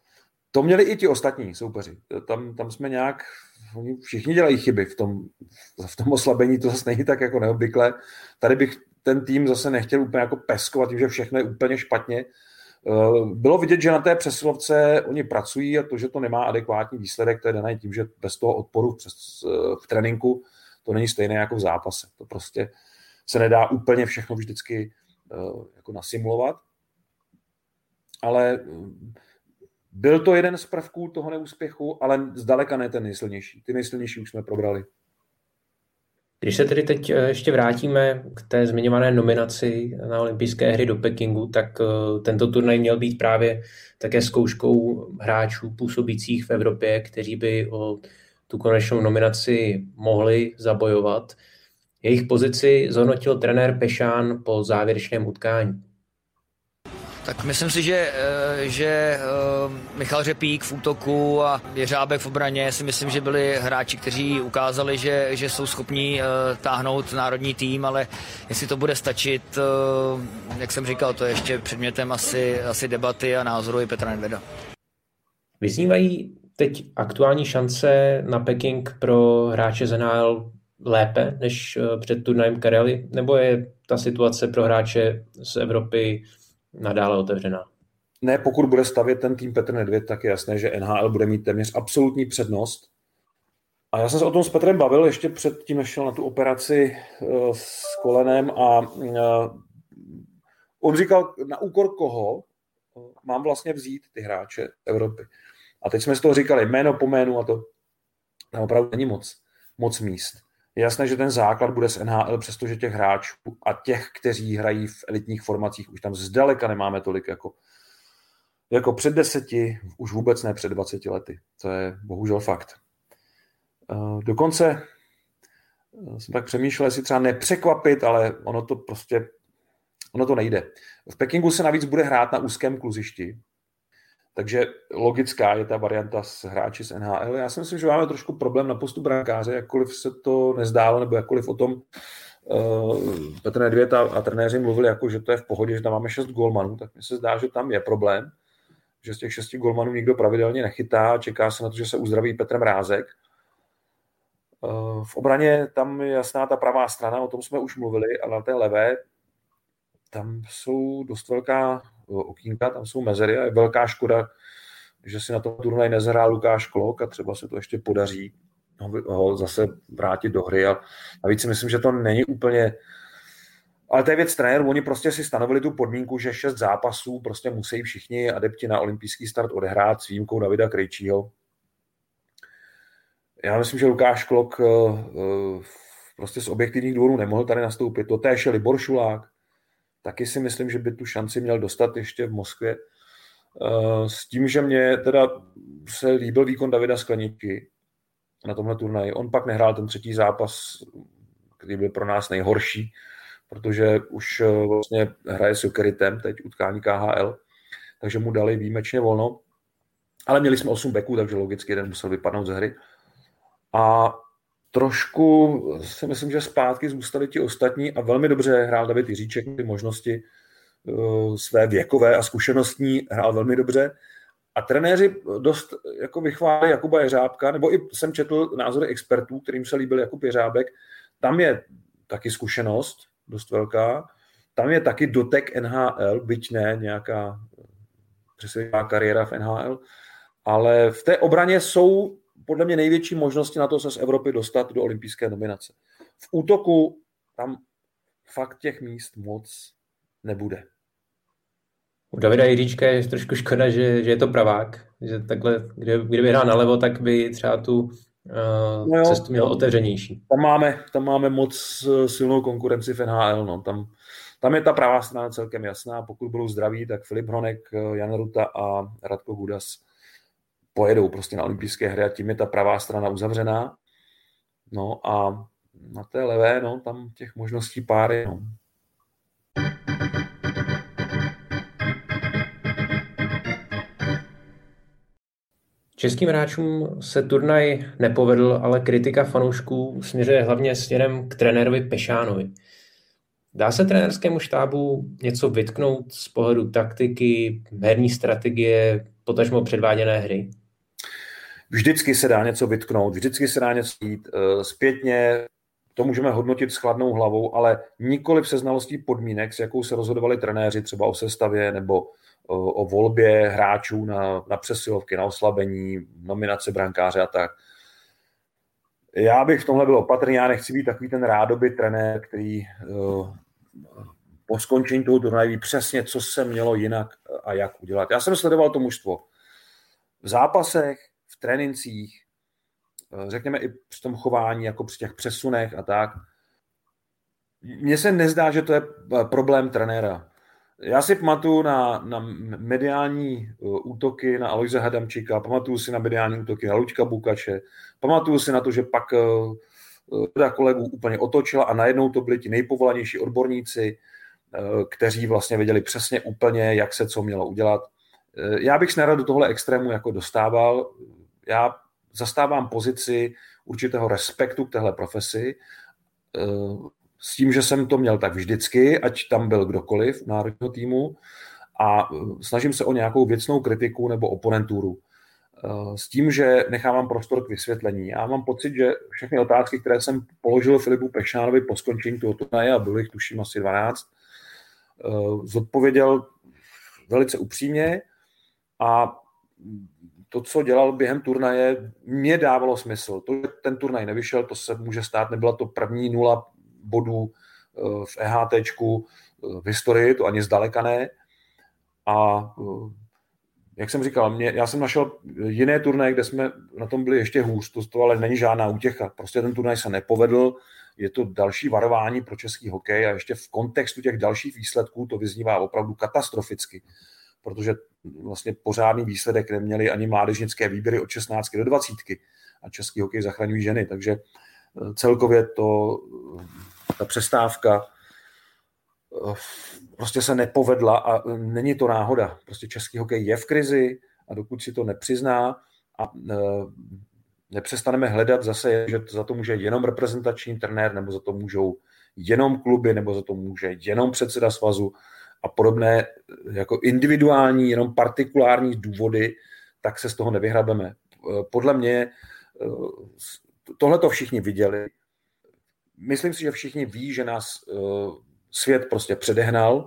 To měli i ti ostatní soupeři. Tam, tam jsme nějak, oni všichni dělají chyby v tom, v tom oslabení, to zase není tak jako neobvykle. Tady bych ten tým zase nechtěl úplně jako peskovat tím, že všechno je úplně špatně. Bylo vidět, že na té přesilovce oni pracují a to, že to nemá adekvátní výsledek, to je dané tím, že bez toho odporu přes, v tréninku to není stejné jako v zápase. To prostě se nedá úplně všechno vždycky jako nasimulovat. Ale byl to jeden z prvků toho neúspěchu, ale zdaleka ne ten nejsilnější. Ty nejsilnější už jsme probrali. Když se tedy teď ještě vrátíme k té zmiňované nominaci na olympijské hry do Pekingu, tak tento turnaj měl být právě také zkouškou hráčů působících v Evropě, kteří by o tu konečnou nominaci mohli zabojovat. Jejich pozici zhodnotil trenér Pešán po závěrečném utkání. Tak myslím si, že, že Michal Řepík v útoku a Jeřábek v obraně si myslím, že byli hráči, kteří ukázali, že, že jsou schopní táhnout národní tým, ale jestli to bude stačit, jak jsem říkal, to je ještě předmětem asi, asi debaty a názoru i Petra Nedvěda. Vyznívají teď aktuální šance na Peking pro hráče z N H L lépe než před turnajem Karely, nebo je ta situace pro hráče z Evropy nadále otevřená? Ne, pokud bude stavět ten tým Petr Nedvěd, tak je jasné, že N H L bude mít téměř absolutní přednost. A já jsem se o tom s Petrem bavil ještě předtím, než šel na tu operaci uh, s kolenem a uh, on říkal, na úkor koho uh, mám vlastně vzít ty hráče Evropy. A teď jsme z toho říkali jméno po jménu a to tam opravdu není moc, moc míst. Je jasné, že ten základ bude z N H L, přestože těch hráčů a těch, kteří hrají v elitních formacích, už tam zdaleka nemáme tolik jako, jako před deseti, už vůbec ne před dvaceti lety. To je bohužel fakt. Dokonce jsem tak přemýšlel, jestli třeba nepřekvapit, ale ono to prostě ono to nejde. V Pekingu se navíc bude hrát na úzkém kluzišti, takže logická je ta varianta s hráči z N H L. Já si myslím, že máme trošku problém na postu brankáře, jakkoliv se to nezdálo, nebo jakkoliv o tom uh, Petr Nedvěd a, a trenéři mluvili, jako, že to je v pohodě, že tam máme šest golmanů, tak mi se zdá, že tam je problém, že z těch šesti golmanů nikdo pravidelně nechytá, čeká se na to, že se uzdraví Petr Mrázek. Uh, v obraně tam je jasná ta pravá strana, o tom jsme už mluvili, ale na té levé tam jsou dost velká okýnka, tam jsou mezery a je velká škoda, že si na tom turnaj nezahrál Lukáš Klok a třeba se to ještě podaří ho zase vrátit do hry. A navíc si myslím, že to není úplně... Ale to je věc trenéru, oni prostě si stanovili tu podmínku, že šest zápasů prostě musí všichni adepti na olympijský start odehrát s výjimkou Davida Krejčího. Já myslím, že Lukáš Klok prostě z objektivních důvodů nemohl tady nastoupit. To též je Libor Šulák. Taky si myslím, že by tu šanci měl dostat ještě v Moskvě. S tím, že mě teda se líbil výkon Davida Skleničky na tomhle turnaji. On pak nehrál ten třetí zápas, který byl pro nás nejhorší, protože už vlastně hraje s Jokeritem, teď utkání K H L, takže mu dali výjimečně volno. Ale měli jsme osm beků, takže logicky jeden musel vypadnout ze hry. A trošku si myslím, že zpátky zůstali ti ostatní a velmi dobře hrál David Jiříček, ty možnosti uh, své věkové a zkušenostní hrál velmi dobře. A trenéři dost jako vychválili Jakuba Jeřábka, nebo i jsem četl názory expertů, kterým se líbil Jakub Jeřábek. Tam je taky zkušenost dost velká. Tam je taky dotek N H L, byť ne nějaká přesvědčivá kariéra v N H L, ale v té obraně jsou podle mě největší možnosti na to se z Evropy dostat do olympijské nominace. V útoku tam fakt těch míst moc nebude. U Davida Jiříčka je trošku škoda, že, že je to pravák. Že takhle, kdyby hrál nalevo, tak by třeba tu uh, no jo, cestu měl otevřenější. Tam máme, tam máme moc silnou konkurenci v N H L. No. Tam, tam je ta pravá strana celkem jasná. Pokud budou zdraví, tak Filip Hronek, Jan Ruta a Radko Gudas pojedou prostě na olympijské hry a tím je ta pravá strana uzavřená. No a na té levé, no, tam těch možností pár je. No. Českým hráčům se turnaj nepovedl, ale kritika fanoušků směřuje hlavně směrem k trenérovi Pešánovi. Dá se trenérskému štábu něco vytknout z pohledu taktiky, herní strategie, potažmo předváděné hry? Vždycky se dá něco vytknout, vždycky se dá něco jít. Zpětně to můžeme hodnotit s chladnou hlavou, ale nikoli se znalostí podmínek, s jakou se rozhodovali trenéři třeba o sestavě nebo o, o volbě hráčů na, na přesilovky, na oslabení, nominace brankáře a tak. Já bych v tomhle byl opatrný, já nechci být takový ten rádoby trenér, který uh, po skončení toho turnaje ví přesně, co se mělo jinak a jak udělat. Já jsem sledoval to mužstvo v zápasech, v trénincích, řekněme i při tom chování, jako při těch přesunech a tak. Mně se nezdá, že to je problém trenéra. Já si pamatuju na, na mediální útoky na Alojze Hadamčíka, pamatuju si na mediální útoky na Luďka Bukače, pamatuju si na to, že pak řada kolegů úplně otočila a najednou to byli ti nejpovolanější odborníci, kteří vlastně věděli přesně úplně, jak se co mělo udělat. Já bych se nerad do tohle extrému jako dostával. Já zastávám pozici určitého respektu k téhle profesi s tím, že jsem to měl tak vždycky, ať tam byl kdokoliv v národního týmu a snažím se o nějakou věcnou kritiku nebo oponenturu. S tím, že nechávám prostor k vysvětlení. Já mám pocit, že všechny otázky, které jsem položil Filipu Pešánovi po skončení toho turnaje, a bylo jich tuším asi dvanáct, zodpověděl velice upřímně a to, co dělal během turnaje, mě dávalo smysl. To, že ten turnaj nevyšel, to se může stát, nebyla to první nula bodů v EHTčku v historii, to ani zdaleka ne. A jak jsem říkal, mě, já jsem našel jiné turnaje, kde jsme na tom byli ještě hůř, to, to ale není žádná útěcha. Prostě ten turnaj se nepovedl, je to další varování pro český hokej a ještě v kontextu těch dalších výsledků to vyznívá opravdu katastroficky, protože vlastně pořádný výsledek neměli ani mládežnické výběry od šestnáctky do dvacítky a český hokej zachraňují ženy, takže celkově to, ta přestávka prostě se nepovedla a není to náhoda. Prostě český hokej je v krizi a dokud si to nepřizná a nepřestaneme hledat zase, že za to může jenom reprezentační trenér, nebo za to můžou jenom kluby, nebo za to může jenom předseda svazu a podobné jako individuální, jenom partikulární důvody, tak se z toho nevyhrabeme. Podle mě tohle to všichni viděli. Myslím si, že všichni ví, že nás svět prostě předehnal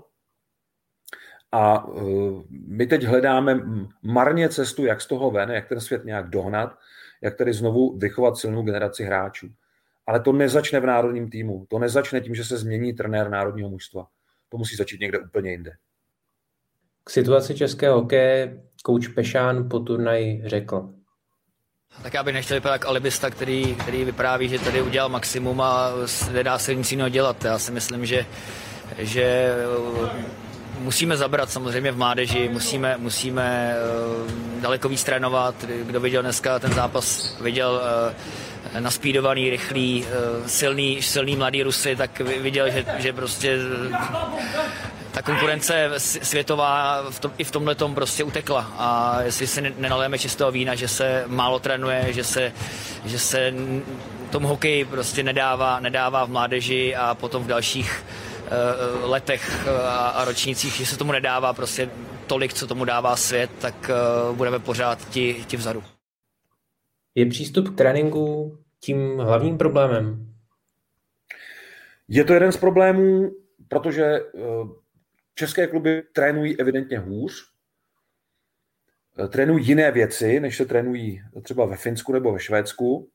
a my teď hledáme marně cestu, jak z toho ven, jak ten svět nějak dohnat, jak tedy znovu vychovat silnou generaci hráčů. Ale to nezačne v národním týmu. To nezačne tím, že se změní trenér národního mužstva. To musí začít někde úplně jinde. K situaci českého hokeje kouč Pešán po turnaji řekl. Tak já bych nechtěl vypadat jak alibista, který, který vypráví, že tady udělal maximum a nedá se nic jiného dělat. Já si myslím, že, že musíme zabrat samozřejmě v mládeži, musíme, musíme daleko víc trénovat. Kdo viděl dneska ten zápas, viděl naspídovaný, rychlý, silný, silný mladý Rusy, tak viděl, že, že prostě ta konkurence světová v tom, i v tomhletom prostě utekla. A jestli si nenalijeme čistého vína, že se málo trénuje, že se, že se tomu hokeji prostě nedává, nedává v mládeži a potom v dalších uh, letech a, a ročnících, že se tomu nedává prostě tolik, co tomu dává svět, tak uh, budeme pořád ti, ti vzadu. Je přístup k tréninku tím hlavním problémem? Je to jeden z problémů, protože české kluby trénují evidentně hůř. Trénují jiné věci, než se trénují třeba ve Finsku nebo ve Švédsku.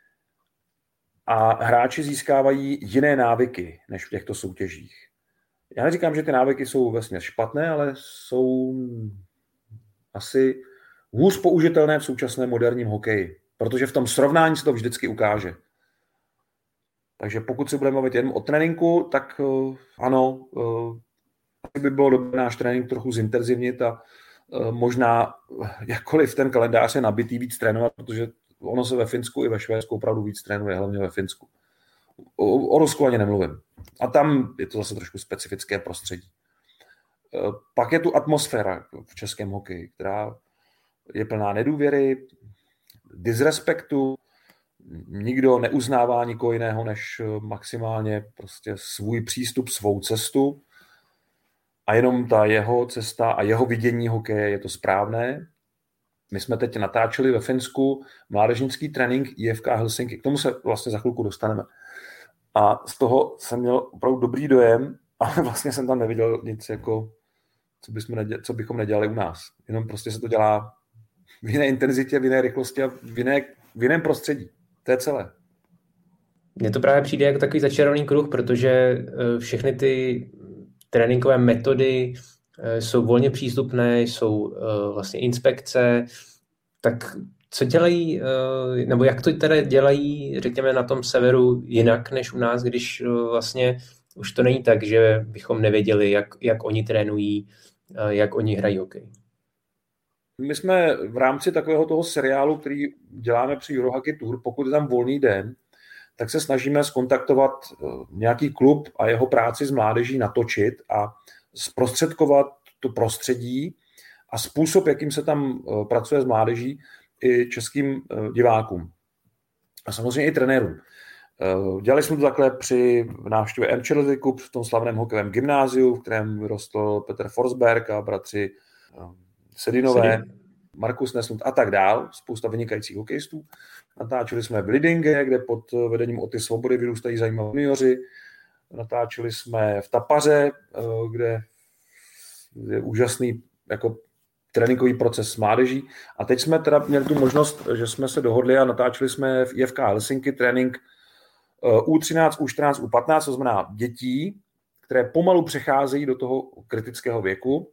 A hráči získávají jiné návyky, než v těchto soutěžích. Já neříkám, že ty návyky jsou vesměs špatné, ale jsou asi hůř použitelné v současném moderním hokeji. Protože v tom srovnání se to vždycky ukáže. Takže pokud si budeme mluvit jen o tréninku, tak uh, ano, uh, by bylo dobré náš trénink trochu zintenzivnit a uh, možná jakkoliv ten kalendář je nabitý víc trénovat, protože ono se ve Finsku i ve Švédsku opravdu víc trénuje, hlavně ve Finsku. O, o Rusku ani nemluvím. A tam je to zase trošku specifické prostředí. Uh, pak je tu atmosféra v českém hokeji, která je plná nedůvěry, disrespektu, nikdo neuznává nikoho jiného než maximálně prostě svůj přístup, svou cestu a jenom ta jeho cesta a jeho vidění hokeje je to správné My jsme teď natáčeli ve Finsku mládežnický trénink I F K Helsinki. K tomu se vlastně za chvilku dostaneme. A z toho jsem měl opravdu dobrý dojem, ale vlastně jsem tam neviděl nic, jako, co, bychom nedělali, co bychom nedělali u nás. Jenom prostě se to dělá v jiné intenzitě, v jiné rychlosti a v, jiné, v jiném prostředí. To je celé. Mně to právě přijde jako takový začarovaný kruh, protože všechny ty tréninkové metody jsou volně přístupné, jsou vlastně inspekce, tak co dělají, nebo jak to teda dělají, řekněme, na tom severu jinak než u nás, když vlastně už to není tak, že bychom nevěděli, jak, jak oni trénují, jak oni hrají hokej. My jsme v rámci takového toho seriálu, který děláme při Eurohockey Tour, pokud je tam volný den, tak se snažíme zkontaktovat nějaký klub a jeho práci s mládeží natočit a zprostředkovat to prostředí a způsob, jakým se tam pracuje s mládeží i českým divákům. A samozřejmě i trenérům. Dělali jsme to takhle při návštěvě Enchility Cup v tom slavném hokejovém gymnáziu, v kterém vyrostl Petr Forsberg a bratři Sedinové, Markus Nesnut a tak dál, spousta vynikajících hokejistů. Natáčeli jsme v Lidinge, kde pod vedením Oty Svobody vyrůstají zajímaví junioři. Natáčeli jsme v Tapaře, kde je úžasný jako tréninkový proces s mládeží. A teď jsme teda měli tu možnost, že jsme se dohodli a natáčeli jsme v I F K Helsinki trénink U třináct, U čtrnáct, U patnáct, to znamená dětí, které pomalu přecházejí do toho kritického věku.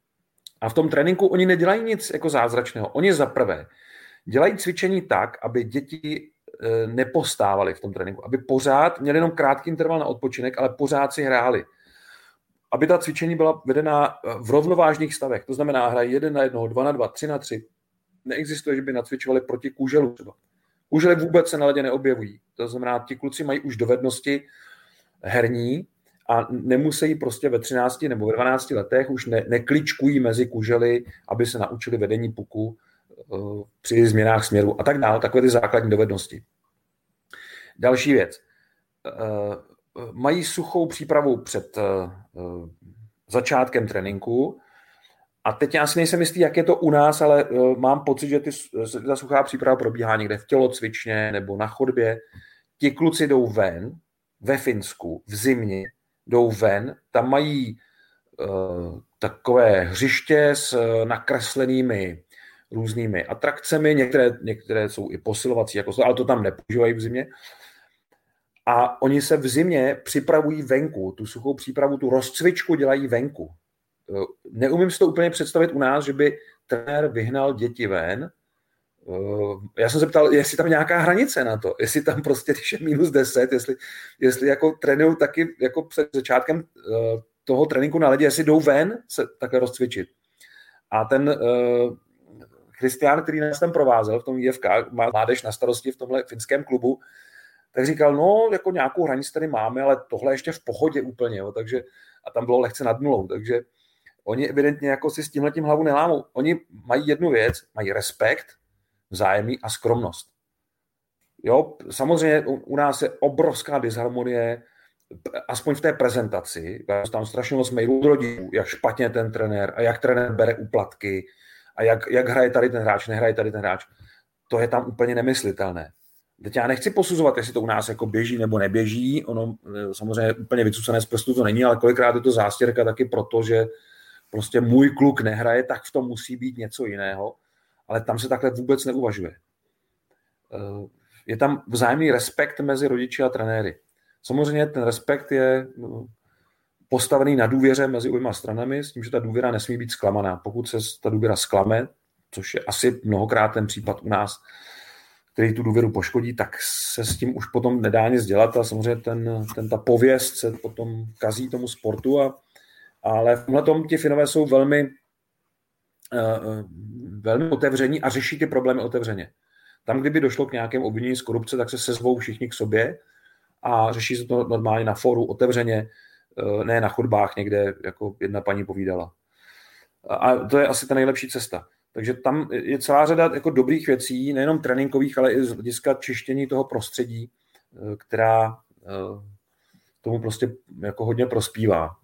A v tom tréninku oni nedělají nic jako zázračného. Oni zaprvé dělají cvičení tak, aby děti nepostávaly v tom tréninku, aby pořád měli jenom krátký interval na odpočinek, ale pořád si hráli. Aby ta cvičení byla vedena v rovnovážných stavech. To znamená, hrají jeden na jednoho, dva na dva, tři na tři. Neexistuje, že by nacvičovali proti kůželu třeba. Kůžely vůbec se na ledě neobjevují. To znamená, ti kluci mají už dovednosti herní a nemusí prostě ve třinácti nebo ve dvanácti letech už ne, nekličkují mezi kužely, aby se naučili vedení puku uh, při změnách směru a tak dále. Takové ty základní dovednosti. Další věc. Uh, mají suchou přípravu před uh, začátkem tréninku a teď já si nejsem jistý, jak je to u nás, ale uh, mám pocit, že ty, ta suchá příprava probíhá někde v tělocvičně nebo na chodbě. Ti kluci jdou ven, ve Finsku, v zimě, jdou ven, tam mají uh, takové hřiště s uh, nakreslenými různými atrakcemi, některé, některé jsou i posilovací, jako, ale to tam nepoužívají v zimě. A oni se v zimě připravují venku, tu suchou přípravu, tu rozcvičku dělají venku. Uh, neumím si to úplně představit u nás, že by trenér vyhnal děti ven. Uh, já jsem se ptal, jestli tam nějaká hranice na to, jestli tam prostě, když je minus deset, jestli, jestli jako trénují taky jako před začátkem uh, toho tréninku na ledě, jestli jdou ven se takhle rozcvičit. A ten uh, Christian, který nás tam provázel v tom I F K, má mládež na starosti v tomhle finském klubu, tak říkal, no, jako nějakou hranici tady máme, ale tohle ještě v pohodě úplně, jo, takže, a tam bylo lehce nad nulou, takže oni evidentně jako si s tímhletím hlavu nelámou. Oni mají jednu věc, mají respekt, vzájemný a skromnost. Jo, samozřejmě u, u nás je obrovská disharmonie, aspoň v té prezentaci. Já tam strašně moc mailů od rodičů, jak špatně ten trenér a jak trenér bere úplatky a jak, jak hraje tady ten hráč, nehraje tady ten hráč. To je tam úplně nemyslitelné. Teď já nechci posuzovat, jestli to u nás jako běží nebo neběží. Ono samozřejmě úplně vycucené z prstu to není, ale kolikrát je to zástěrka taky proto, že prostě můj kluk nehraje, tak v tom musí být něco jiného. Ale tam se takhle vůbec neuvažuje. Je tam vzájemný respekt mezi rodiči a trenéry. Samozřejmě ten respekt je postavený na důvěře mezi oběma stranami, s tím, že ta důvěra nesmí být zklamaná. Pokud se ta důvěra zklame, což je asi mnohokrát ten případ u nás, který tu důvěru poškodí, tak se s tím už potom nedá nic dělat a samozřejmě ten, ten, ta pověst se potom kazí tomu sportu. A, ale v tomhle ti Finové jsou velmi Uh, velmi otevření a řeší ty problémy otevřeně. Tam, kdyby došlo k nějakému obvinění z korupce, tak se sezvou všichni k sobě a řeší se to normálně na fóru otevřeně, uh, ne na chodbách někde, jako jedna paní povídala. A to je asi ta nejlepší cesta. Takže tam je celá řada jako dobrých věcí, nejenom tréninkových, ale i z hlediska čištění toho prostředí, která uh, tomu prostě jako hodně prospívá. No.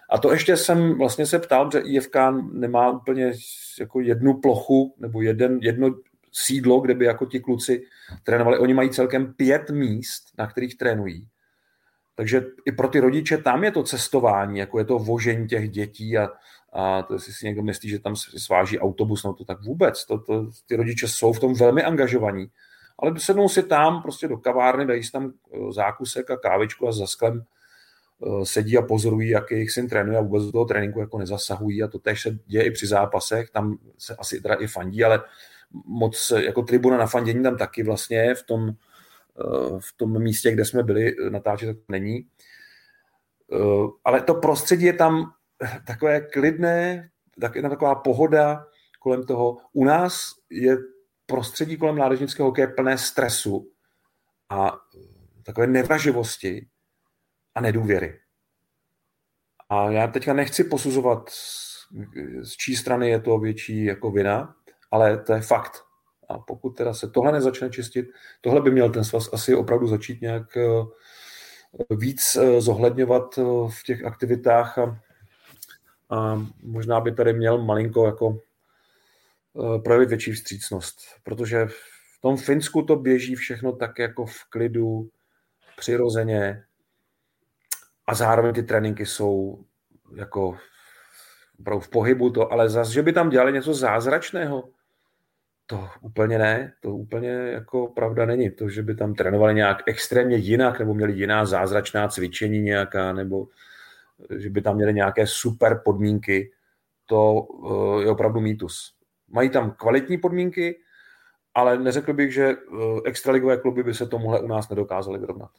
A to ještě jsem vlastně se ptal, že I F K nemá úplně jako jednu plochu nebo jeden, jedno sídlo, kde by jako ti kluci trénovali. Oni mají celkem pět míst, na kterých trénují. Takže i pro ty rodiče tam je to cestování, jako je to vožení těch dětí a, a to jestli si někdo myslí, že tam si sváží autobus, no to tak vůbec. To, to, ty rodiče jsou v tom velmi angažovaní. Ale sednou si tam prostě do kavárny, dají si tam zákusek a kávičku a za sklem sedí a pozorují, jak jejich syn trénuje a vůbec do toho tréninku jako nezasahují a to též se děje i při zápasech, tam se asi teda i fandí, ale moc jako tribuna na fandění tam taky vlastně v tom, v tom místě, kde jsme byli natáčet, tak není. Ale to prostředí je tam takové klidné, tak je tam taková pohoda kolem toho. U nás je prostředí kolem mládežnického hokeje plné stresu a takové nevraživosti a nedůvěry. A já teďka nechci posuzovat, z čí strany je to větší jako vina, ale to je fakt. A pokud teda se tohle nezačne čistit, tohle by měl ten svaz asi opravdu začít nějak víc zohledňovat v těch aktivitách a, a možná by tady měl malinko jako projevit větší vstřícnost, protože v tom Finsku to běží všechno tak jako v klidu, přirozeně a zároveň ty tréninky jsou jako v pohybu, to, ale zase, že by tam dělali něco zázračného, to úplně ne, to úplně jako pravda není. To, že by tam trénovali nějak extrémně jinak, nebo měli jiná zázračná cvičení nějaká, nebo že by tam měli nějaké super podmínky, to je opravdu mýtus. Mají tam kvalitní podmínky, ale neřekl bych, že extraligové kluby by se tomuhle u nás nedokázaly vyrovnat.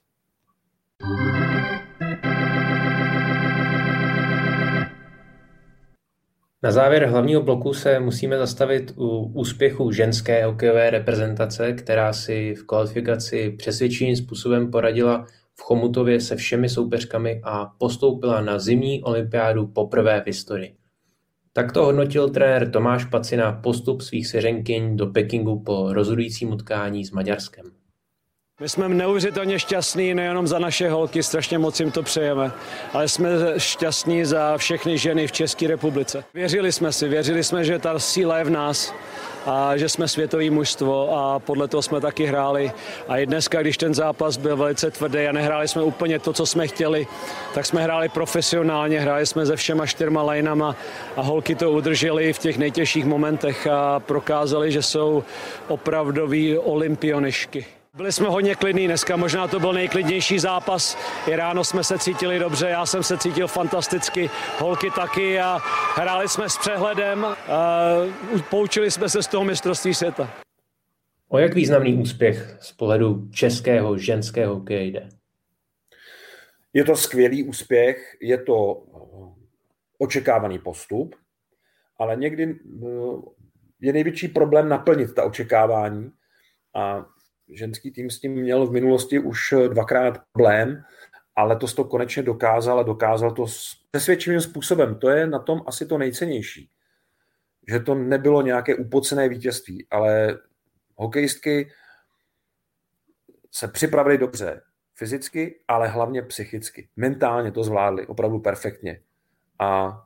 Na závěr hlavního bloku se musíme zastavit u úspěchu ženské hokejové reprezentace, která si v kvalifikaci přesvědčivým způsobem poradila v Chomutově se všemi soupeřkami a postoupila na zimní olympiádu poprvé v historii. Takto hodnotil trenér Tomáš Pacina postup svých svěřenkyň do Pekingu po rozhodujícím utkání s Maďarskem. My jsme neuvěřitelně šťastní nejenom za naše holky, strašně moc jim to přejeme, ale jsme šťastní za všechny ženy v České republice. Věřili jsme si, věřili jsme, že ta síla je v nás a že jsme světový mužstvo a podle toho jsme taky hráli. A i dneska, když ten zápas byl velice tvrdý a nehráli jsme úplně to, co jsme chtěli, tak jsme hráli profesionálně, hráli jsme se všema čtyřma lineama a holky to udržely v těch nejtěžších momentech a prokázali, že jsou opravdoví olympionišky. Byli jsme hodně klidní dneska, možná to byl nejklidnější zápas. I ráno jsme se cítili dobře, já jsem se cítil fantasticky, holky taky a hráli jsme s přehledem a poučili jsme se z toho mistrovství světa. O jak významný úspěch z pohledu českého ženského hokeje jde? Je to skvělý úspěch, je to očekávaný postup, ale někdy je největší problém naplnit ta očekávání a ženský tým s tím měl v minulosti už dvakrát problém, ale letos to konečně dokázal a dokázal to přesvědčivým způsobem. To je na tom asi to nejcennější. Že to nebylo nějaké upocené vítězství, ale hokejistky se připravili dobře fyzicky, ale hlavně psychicky. Mentálně to zvládli opravdu perfektně. A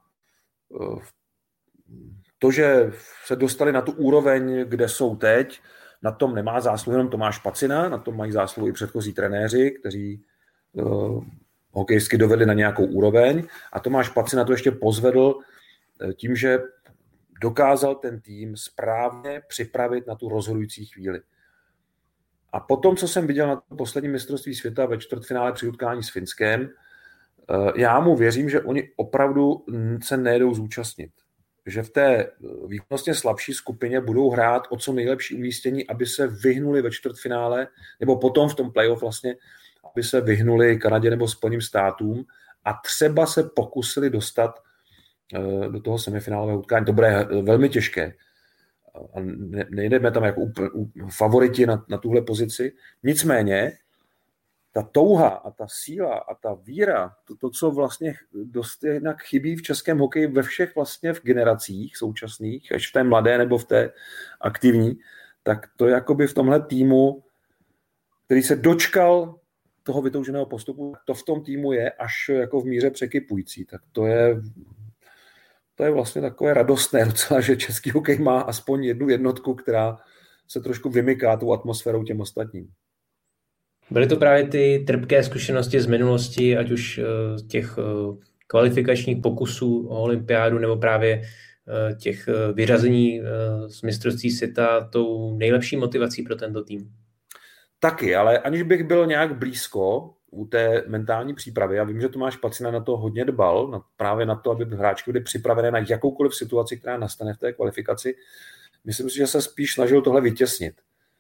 to, že se dostali na tu úroveň, kde jsou teď, na tom nemá zásluhu jenom Tomáš Pacina, na tom mají zásluhu i předchozí trenéři, kteří uh, hokejistky dovedli na nějakou úroveň a Tomáš Pacina to ještě pozvedl tím, že dokázal ten tým správně připravit na tu rozhodující chvíli. A potom, co jsem viděl na posledním mistrovství světa ve čtvrtfinále při utkání s Finskem, uh, já mu věřím, že oni opravdu se nejedou zúčastnit. Že v té výkonnostně slabší skupině budou hrát o co nejlepší umístění, aby se vyhnuli ve čtvrtfinále, nebo potom v tom playoff vlastně, aby se vyhnuli Kanadě nebo Spojeným státům a třeba se pokusili dostat do toho semifinálového utkání. To bude velmi těžké. A nejdeme tam jako favoriti na, na tuhle pozici. Nicméně ta touha a ta síla a ta víra, to, to co vlastně dost jednak chybí v českém hokeji ve všech vlastně v generacích současných, až v té mladé nebo v té aktivní, tak to jakoby v tomhle týmu, který se dočkal toho vytouženého postupu, to v tom týmu je až jako v míře překypující. Tak to je, to je vlastně takové radostné docela, že český hokej má aspoň jednu jednotku, která se trošku vymyká tou atmosférou těm ostatním. Byly to právě ty trpké zkušenosti z minulosti, ať už z těch kvalifikačních pokusů o olympiádu, nebo právě těch vyřazení z mistrovství světa tou nejlepší motivací pro tento tým? Taky, ale aniž bych byl nějak blízko u té mentální přípravy, já vím, že Tomáš Pacina na to hodně dbal, na, právě na to, aby hráčky byly připravené na jakoukoliv situaci, která nastane v té kvalifikaci. Myslím si, že se spíš snažil tohle vytěsnit.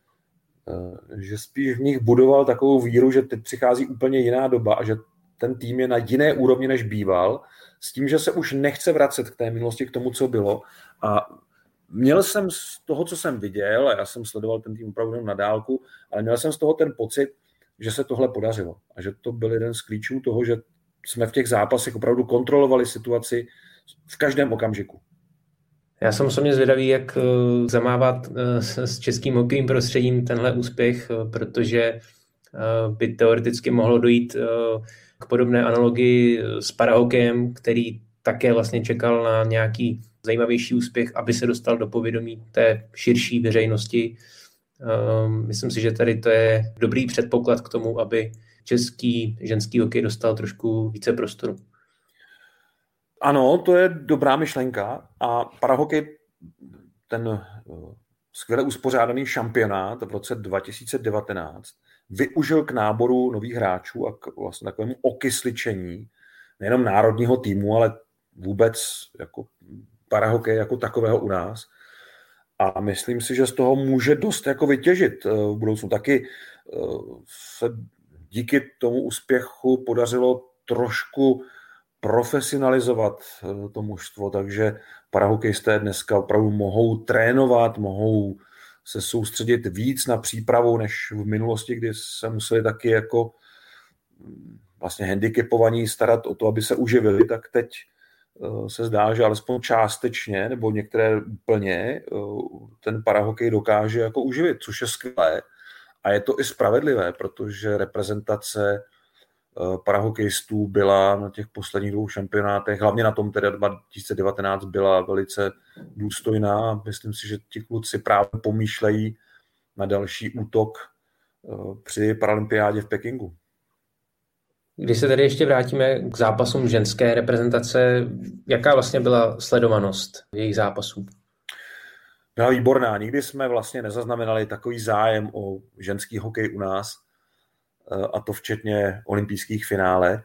Že spíš v nich budoval takovou víru, že teď přichází úplně jiná doba a že ten tým je na jiné úrovni, než býval, s tím, že se už nechce vracet k té minulosti, k tomu, co bylo. A měl jsem z toho, co jsem viděl, a já jsem sledoval ten tým opravdu na dálku, ale měl jsem z toho ten pocit, že se tohle podařilo. A že to byl jeden z klíčů toho, že jsme v těch zápasech opravdu kontrolovali situaci v každém okamžiku. Já jsem osobně zvědavý, jak zamávat s českým hokejovým prostředím tenhle úspěch, protože by teoreticky mohlo dojít k podobné analogii s parahokejem, který také vlastně čekal na nějaký zajímavější úspěch, aby se dostal do povědomí té širší veřejnosti. Myslím si, že tady to je dobrý předpoklad k tomu, aby český ženský hokej dostal trošku více prostoru. Ano, to je dobrá myšlenka a parahokej, ten skvěle uspořádaný šampionát v roce dva tisíce devatenáct využil k náboru nových hráčů a k vlastně takovému okysličení nejenom národního týmu, ale vůbec jako parahokej jako takového u nás. A myslím si, že z toho může dost jako vytěžit v budoucnu. Taky se díky tomu úspěchu podařilo trošku profesionalizovat to mužstvo, takže parahokejisté dneska opravdu mohou trénovat, mohou se soustředit víc na přípravu, než v minulosti, kdy se museli taky jako vlastně handicapovaní starat o to, aby se uživili, tak teď se zdá, že alespoň částečně, nebo některé úplně, ten parahokej dokáže jako uživit, což je skvělé. A je to i spravedlivé, protože reprezentace parahokejistů byla na těch posledních dvou šampionátech, hlavně na tom teda dva tisíce devatenáct byla velice důstojná. Myslím si, že ti kluci právě pomýšlejí na další útok při paralympiádě v Pekingu. Když se tady ještě vrátíme k zápasům ženské reprezentace, jaká vlastně byla sledovanost jejich zápasů? Byla výborná. Nikdy jsme vlastně nezaznamenali takový zájem o ženský hokej u nás, a to včetně olympijských finále.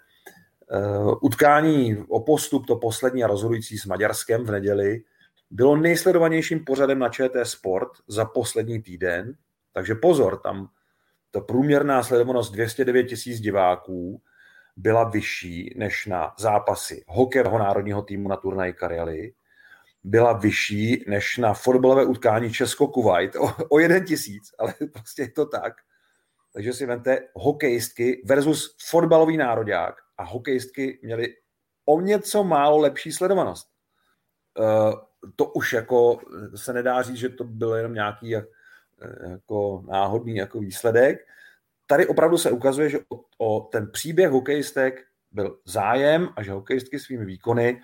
Utkání o postup, to poslední a rozhodující s Maďarskem v neděli, bylo nejsledovanějším pořadem na ČT Sport za poslední týden. Takže pozor, tam ta průměrná sledovanost dvě stě devět tisíc diváků byla vyšší než na zápasy hokejového národního týmu na turnaji Karjaly, byla vyšší než na fotbalové utkání Česko-Kuwait o, o jeden tisíc, ale prostě je to tak. Takže si vemte hokejistky versus fotbalový nároďák a hokejistky měly o něco málo lepší sledovanost. Uh, to už jako se nedá říct, že to byl jenom nějaký jako náhodný jako výsledek. Tady opravdu se ukazuje, že o, o ten příběh hokejistek byl zájem a že hokejistky svými výkony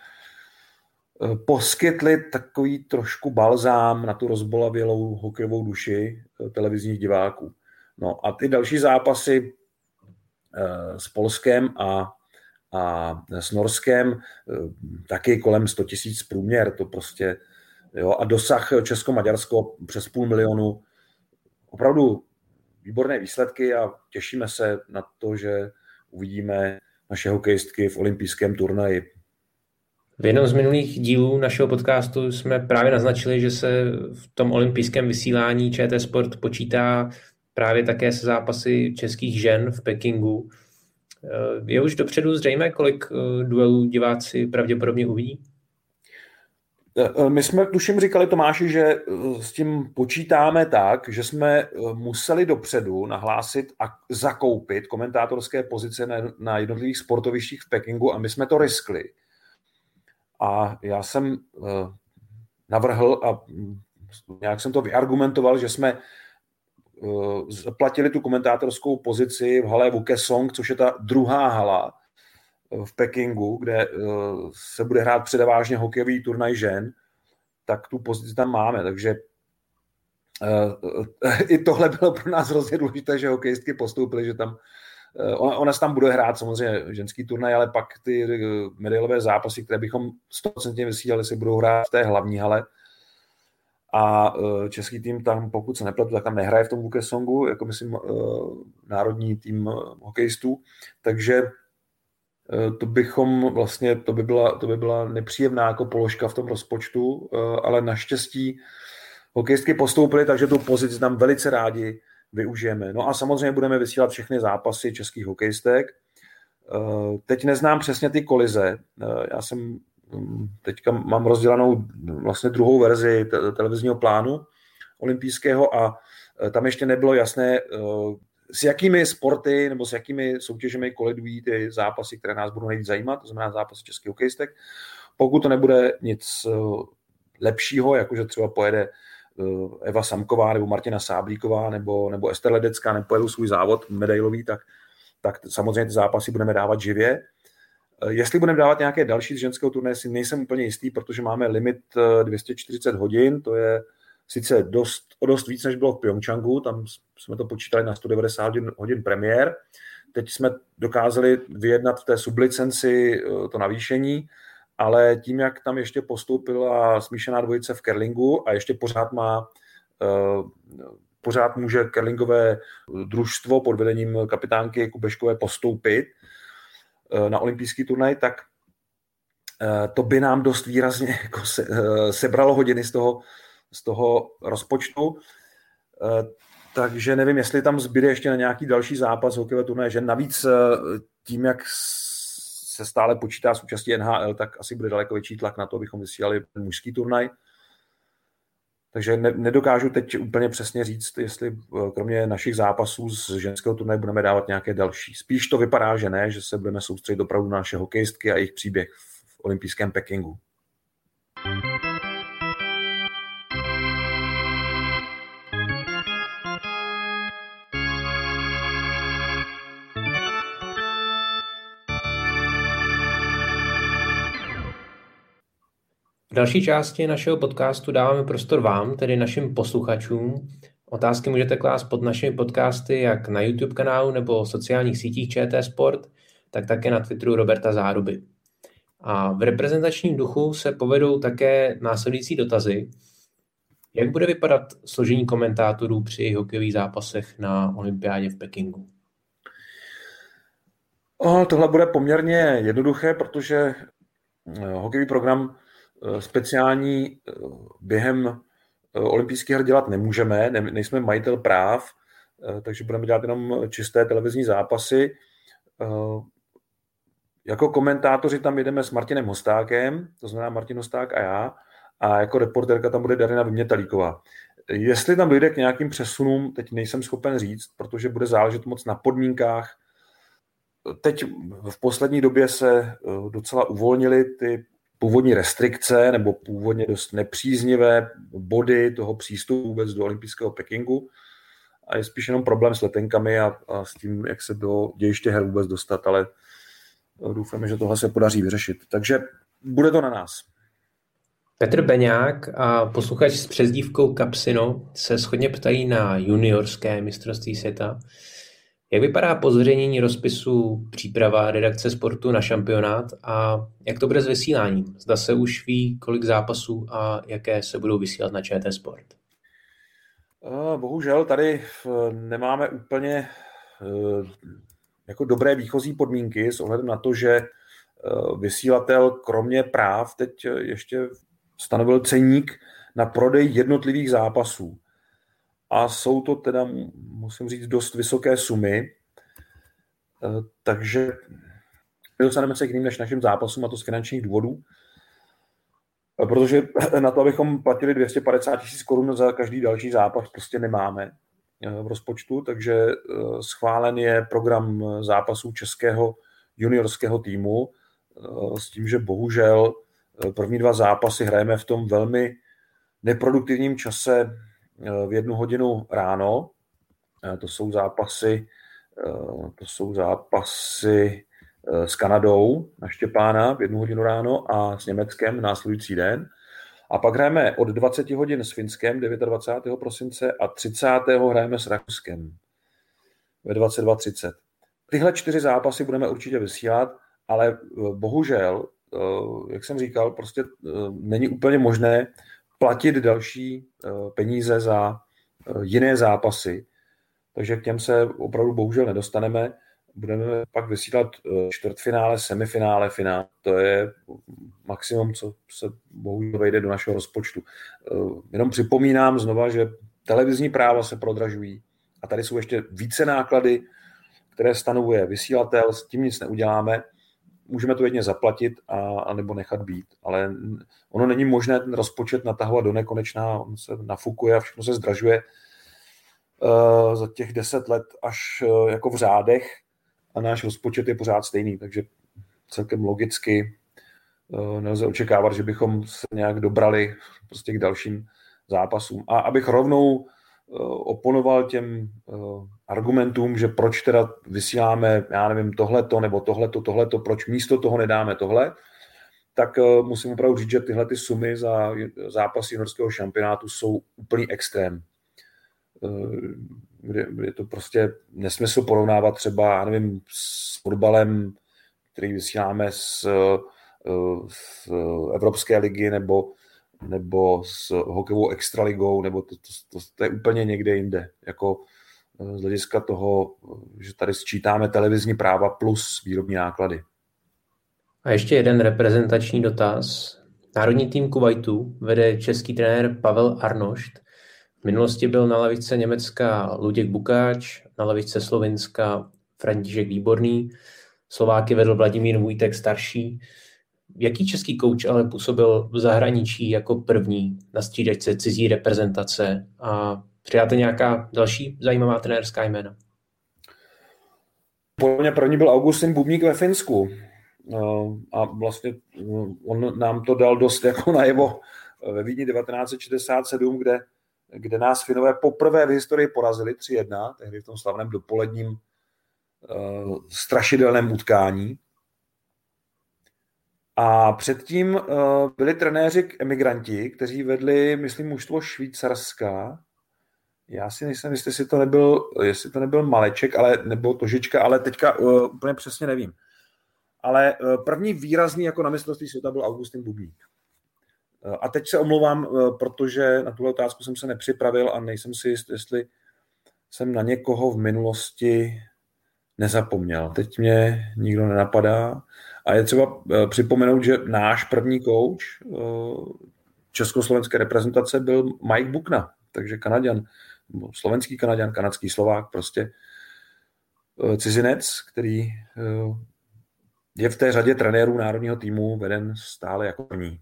poskytly takový trošku balzám na tu rozbolavělou hokejovou duši televizních diváků. No a ty další zápasy s Polskem a, a s Norskem taky kolem sto tisíc průměr, to prostě, jo, a dosah Česko-Maďarsko přes půl milionu. Opravdu výborné výsledky a těšíme se na to, že uvidíme naše hokejistky v olympijském turnaji. V jednom z minulých dílů našeho podcastu jsme právě naznačili, že se v tom olympijském vysílání ČT Sport počítá právě také se zápasy českých žen v Pekingu. Je už dopředu zřejmé, kolik duelů diváci pravděpodobně uvidí? My jsme, tuším, říkali Tomáši, že s tím počítáme tak, že jsme museli dopředu nahlásit a zakoupit komentátorské pozice na, na jednotlivých sportovištích v Pekingu a my jsme to riskli. A já jsem navrhl a nějak jsem to vyargumentoval, že jsme zaplatili tu komentátorskou pozici v hale Wukesong, což je ta druhá hala v Pekingu, kde se bude hrát předevážně hokejový turnaj žen, tak tu pozici tam máme, takže i tohle bylo pro nás hrozně důležité, že hokejistky postoupily, že tam ona, ona se tam bude hrát samozřejmě ženský turnaj, ale pak ty medailové zápasy, které bychom sto procent vysílali, se budou hrát v té hlavní hale. A český tým tam, pokud se nepletu, tak tam nehraje v tom Wukesongu, jako myslím národní tým hokejistů, takže to bychom vlastně, to by byla, to by byla nepříjemná jako položka v tom rozpočtu, ale naštěstí hokejistky postoupily, takže tu pozici tam velice rádi využijeme. No a samozřejmě budeme vysílat všechny zápasy českých hokejistek. Teď neznám přesně ty kolize. Já jsem teďka mám rozdělanou vlastně druhou verzi televizního plánu olympijského a tam ještě nebylo jasné, s jakými sporty nebo s jakými soutěžemi kolidují ty zápasy, které nás budou nejvíc zajímat, to znamená zápasy českých hokejistek. Pokud to nebude nic lepšího, jakože třeba pojede Eva Samková nebo Martina Sáblíková nebo, nebo Ester Ledecká nepojedou svůj závod medailový, tak, tak samozřejmě ty zápasy budeme dávat živě. Jestli budeme dávat nějaké další z ženského turnaje, si nejsem úplně jistý, protože máme limit dvě stě čtyřicet hodin, to je sice dost, o dost víc, než bylo v Pyeongchangu, tam jsme to počítali na sto devadesát hodin, hodin premiér. Teď jsme dokázali vyjednat v té sublicenci to navýšení, ale tím, jak tam ještě postoupila smíšená dvojice v curlingu a ještě pořád má, pořád může curlingové družstvo pod vedením kapitánky Kubeškové postoupit na olympijský turnaj, tak to by nám dost výrazně jako se, sebralo hodiny z toho, z toho rozpočtu. Takže nevím, jestli tam zbyde ještě na nějaký další zápas hokejové turnaje žen. Navíc tím, jak se stále počítá s účastí N H L, tak asi bude daleko větší tlak na to, abychom vysílali mužský turnaj. Takže ne, nedokážu teď úplně přesně říct, jestli kromě našich zápasů z ženského turnaje budeme dávat nějaké další. Spíš to vypadá, že ne, že se budeme soustředit opravdu na naše hokejistky a jejich příběh v olympijském Pekingu. V další části našeho podcastu dáváme prostor vám, tedy našim posluchačům. Otázky můžete klást pod našimi podcasty jak na YouTube kanálu nebo sociálních sítích ČT Sport, tak také na Twitteru Roberta Záruby. A v reprezentačním duchu se povedou také následující dotazy. Jak bude vypadat složení komentátorů při hokejových zápasech na olympiádě v Pekingu? O, tohle bude poměrně jednoduché, protože hokejový program speciální během olympijských her dělat nemůžeme, ne, nejsme majitel práv, takže budeme dělat jenom čisté televizní zápasy. Jako komentátoři tam jedeme s Martinem Hostákem, to znamená Martin Hosták a já, a jako reportérka tam bude Darina Vymětalíková. Jestli tam dojde k nějakým přesunům, teď nejsem schopen říct, protože bude záležet moc na podmínkách. Teď v poslední době se docela uvolnily ty původní restrikce nebo původně dost nepříznivé body toho přístupu vůbec do olympijského Pekingu a je spíš jenom problém s letenkami a, a s tím, jak se do dějiště her vůbec dostat, ale doufáme, že tohle se podaří vyřešit. Takže bude to na nás. Petr Beňák a posluchač s přezdívkou Kapsino se shodně ptají na juniorské mistrovství světa. Jak vypadá po zveřejnění rozpisu příprava redakce sportu na šampionát a jak to bude s vysíláním? Zda se už ví, kolik zápasů a jaké se budou vysílat na ČT Sport? Bohužel tady nemáme úplně jako dobré výchozí podmínky s ohledem na to, že vysílatel kromě práv teď ještě stanovil ceník na prodej jednotlivých zápasů. A jsou to teda, musím říct, dost vysoké sumy, takže nedostaneme se k ním než našim zápasům, a to z finančních důvodů, protože na to, abychom platili dvě stě padesát tisíc korun za každý další zápas, prostě nemáme v rozpočtu, takže schválen je program zápasů českého juniorského týmu s tím, že bohužel první dva zápasy hrajeme v tom velmi neproduktivním čase v jednu hodinu ráno, To jsou zápasy, to jsou zápasy s Kanadou na Štěpána v jednu hodinu ráno a s Německem následující den. A pak hrajeme od dvacet hodin s Finskem dvacátého devátého prosince a třicátého hrajeme s Rakouskem ve dvacet dva třicet. Tyhle čtyři zápasy budeme určitě vysílat, ale bohužel, jak jsem říkal, prostě není úplně možné platit další peníze za jiné zápasy. Takže k těm se opravdu bohužel nedostaneme. Budeme pak vysílat čtvrtfinále, semifinále, finále. To je maximum, co se bohužel vejde do našeho rozpočtu. Jenom připomínám znova, že televizní práva se prodražují a tady jsou ještě více náklady, které stanovuje vysílatel, s tím nic neuděláme. Můžeme to jedně zaplatit a, a nebo nechat být, ale ono není možné ten rozpočet natahovat do nekonečna, on se nafukuje a všechno se zdražuje uh, za těch deset let až uh, jako v řádech a náš rozpočet je pořád stejný, takže celkem logicky uh, nelze očekávat, že bychom se nějak dobrali prostě k dalším zápasům. A abych rovnou uh, oponoval těm uh, argumentům, že proč teda vysíláme, já nevím, tohleto nebo tohleto, tohleto, proč místo toho nedáme tohle, tak uh, musím opravdu říct, že tyhle ty sumy za zápasy juniorského šampionátu jsou úplný extrém. Uh, kde, kde je to prostě nesmysl porovnávat třeba, já nevím, s fotbalem, který vysíláme z, uh, z Evropské ligy nebo, nebo s hokejovou extraligou, nebo to, to, to, to je úplně někde jinde. Jako z hlediska toho, že tady sčítáme televizní práva plus výrobní náklady. A ještě jeden reprezentační dotaz. Národní tým Kuvajtu vede český trenér Pavel Arnošt. V minulosti byl na lavičce Německa Luděk Bukáč, na lavičce Slovinska František Výborný, Slováky vedl Vladimír Vujtek starší. Jaký český kouč ale působil v zahraničí jako první na střídačce cizí reprezentace a přidáte nějaká další zajímavá trenérská jména? Podle mě první byl Augustin Bubník ve Finsku. A vlastně on nám to dal dost jako najevo ve Vídni devatenáct set šedesát sedm, kde, kde nás Finové poprvé v historii porazili tři jedna, tehdy v tom slavném dopoledním uh, strašidelném utkání. A předtím uh, byli trenéři emigranti, kteří vedli, myslím, mužstvo Švýcarska. Já si nejsem, jestli si to nebyl, jestli to nebyl Maleček, ale nebo Tožička, ale teďka uh, úplně přesně nevím. Ale uh, první výrazný jako na mistrovství světa byl Augustin Bubník. Uh, a teď se omlouvám, uh, protože na tuhle otázku jsem se nepřipravil a nejsem si jist, jestli jsem na někoho v minulosti nezapomněl. Teď mě nikdo nenapadá. A je třeba uh, připomenout, že náš první kouč uh, československé reprezentace byl Mike Bukna, takže Kanaďan, slovenský Kanaďan, kanadský Slovák, prostě uh, cizinec, který uh, je v té řadě trenérů národního týmu veden stále jako první.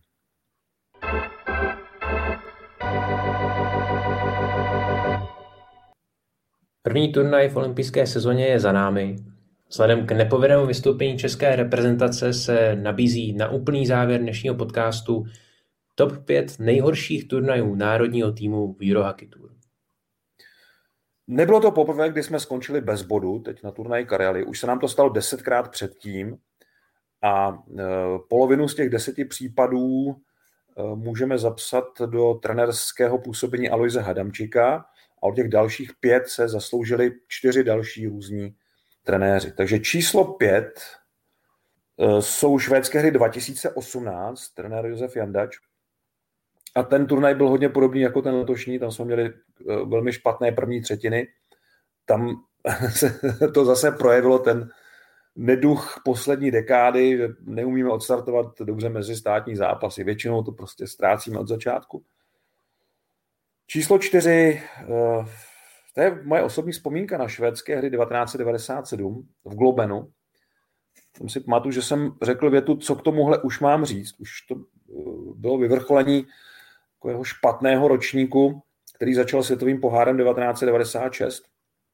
První turnaj v olympijské sezóně je za námi. Vzhledem k nepovedenému vystoupení české reprezentace se nabízí na úplný závěr dnešního podcastu top pět nejhorších turnajů národního týmu v Eurohockey Tour. Nebylo to poprvé, kdy jsme skončili bez bodu, teď na turnaji Karely. Už se nám to stalo desetkrát předtím a e, polovinu z těch deseti případů e, můžeme zapsat do trenérského působení Alojze Hadamčíka a od těch dalších pět se zasloužili čtyři další různí trenéři. Takže číslo pět e, jsou švédské hry dva tisíce osmnáct, trenér Josef Jandač. A ten turnaj byl hodně podobný jako ten letošní, tam jsme měli velmi špatné první třetiny. Tam se to zase projevilo ten neduch poslední dekády, že neumíme odstartovat dobře mezistátní zápasy. Většinou to prostě ztrácíme od začátku. Číslo čtyři, to je moje osobní vzpomínka na švédské hry devatenáct set devadesát sedm v Globenu. Tam si pamatuju, že jsem řekl větu, co k tomuhle už mám říct. Už to bylo vyvrcholení takového špatného ročníku, který začal světovým pohárem devatenáct set devadesát šest.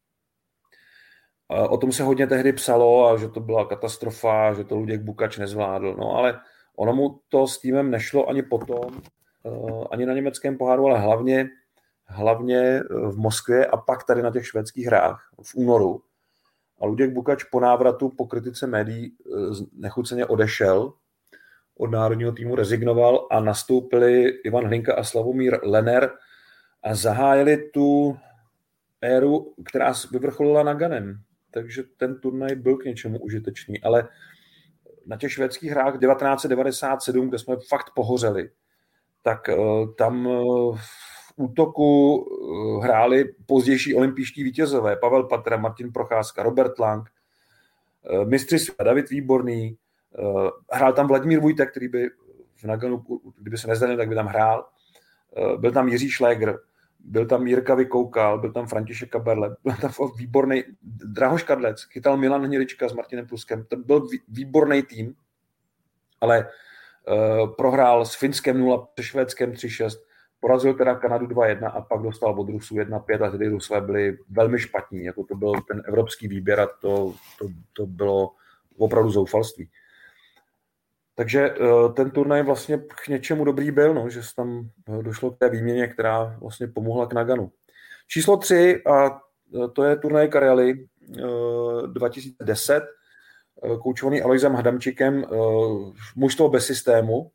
O tom se hodně tehdy psalo, a že to byla katastrofa, že to Luděk Bukač nezvládl. No ale ono mu to s týmem nešlo ani potom, ani na německém poháru, ale hlavně, hlavně v Moskvě a pak tady na těch švédských hrách v únoru. A Luděk Bukač po návratu po kritice médií nechuceně odešel, od národního týmu rezignoval a nastoupili Ivan Hlinka a Slavomír Lener a zahájili tu éru, která vyvrcholila Naganem. Takže ten turnaj byl k něčemu užitečný, ale na těch švédských hrách devatenáct set devadesát sedm, kde jsme fakt pohořeli, tak tam v útoku hráli pozdější olympijští vítězové Pavel Patra, Martin Procházka, Robert Lang, mistři světa David Výborný, hrál tam Vladimír Vujtek, který by v Naganu, kdyby se nezdanil, tak by tam hrál. Byl tam Jiří Šlégr, byl tam Jirka Vykoukal, byl tam František Kaberle, byl tam výborný Drahoš Kadlec, chytal Milan Hnilička s Martinem Pluskem. To byl výborný tým, ale uh, prohrál s Finskem nula, se Švédskem tři šest, porazil teda Kanadu dva jedna a pak dostal od Rusů jedna pět a tedy Rusové byli velmi špatní. Jako to byl ten evropský výběr a to, to, to bylo opravdu zoufalství. Takže ten turnaj vlastně k něčemu dobrý byl, no, že tam došlo k té výměně, která vlastně pomohla k Naganu. Číslo tři, a to je turnaj Karjaly dva tisíce deset, koučovaný Alojzem Hadamčikem, mužstvo bez systému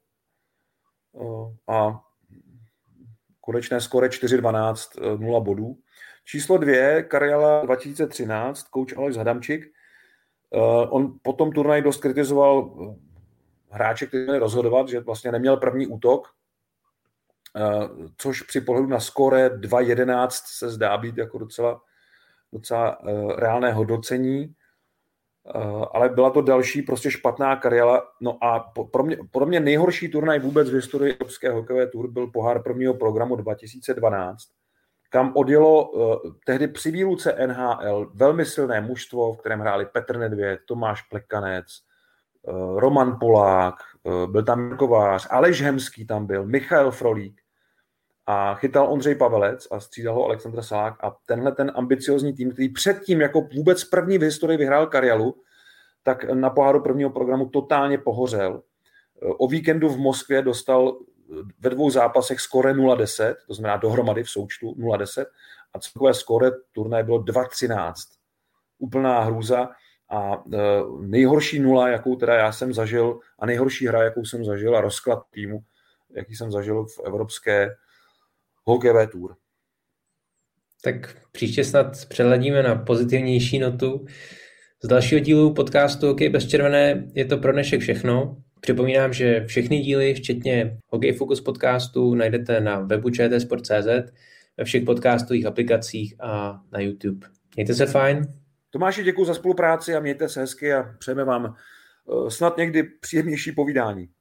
a konečné skóre čtyři dvanáct, nula bodů. Číslo dvě, Karjala dva tisíce třináct, kouč Alojz Hadamčik. On potom turnaj dost kritizoval hráče, kteří měli rozhodovat, že vlastně neměl první útok, což při pohledu na skóre dva jedenáct se zdá být jako docela, docela reálné hodnocení, ale byla to další prostě špatná Karjala. No a pro mě, pro mě nejhorší turnaj vůbec v historii Evropské hokejové tour byl pohár prvního programu dva tisíce dvanáct, kam odjelo tehdy při výluce N H L velmi silné mužstvo, v kterém hráli Petr Nedvěd, Tomáš Plekanec, Roman Polák, byl tam Kovář, Aleš Hemský tam byl, Michal Frolík a chytal Ondřej Pavelec a střídal ho Aleksandr Salák a tenhle ten ambiciozní tým, který předtím jako vůbec první v historii vyhrál Karjalu, tak na poháru prvního programu totálně pohořel. O víkendu v Moskvě dostal ve dvou zápasech skóre nula deset, to znamená dohromady v součtu nula deset a celkové skóre turnaje bylo dva třináct. Úplná hrůza. A nejhorší nula, jakou teda já jsem zažil, a nejhorší hra, jakou jsem zažil, a rozklad týmu, jaký jsem zažil v evropské hokejové tour. Tak příště snad přehledíme na pozitivnější notu. Z dalšího dílu podcastu Hokej bez červené je to pro dnešek všechno. Připomínám, že všechny díly, včetně Hokej Focus podcastu, najdete na webu č t sport tečka c z, ve všech podcastových aplikacích a na YouTube. Mějte se fajn. Tomáši, děkuji za spolupráci a mějte se hezky a přejeme vám snad někdy příjemnější povídání.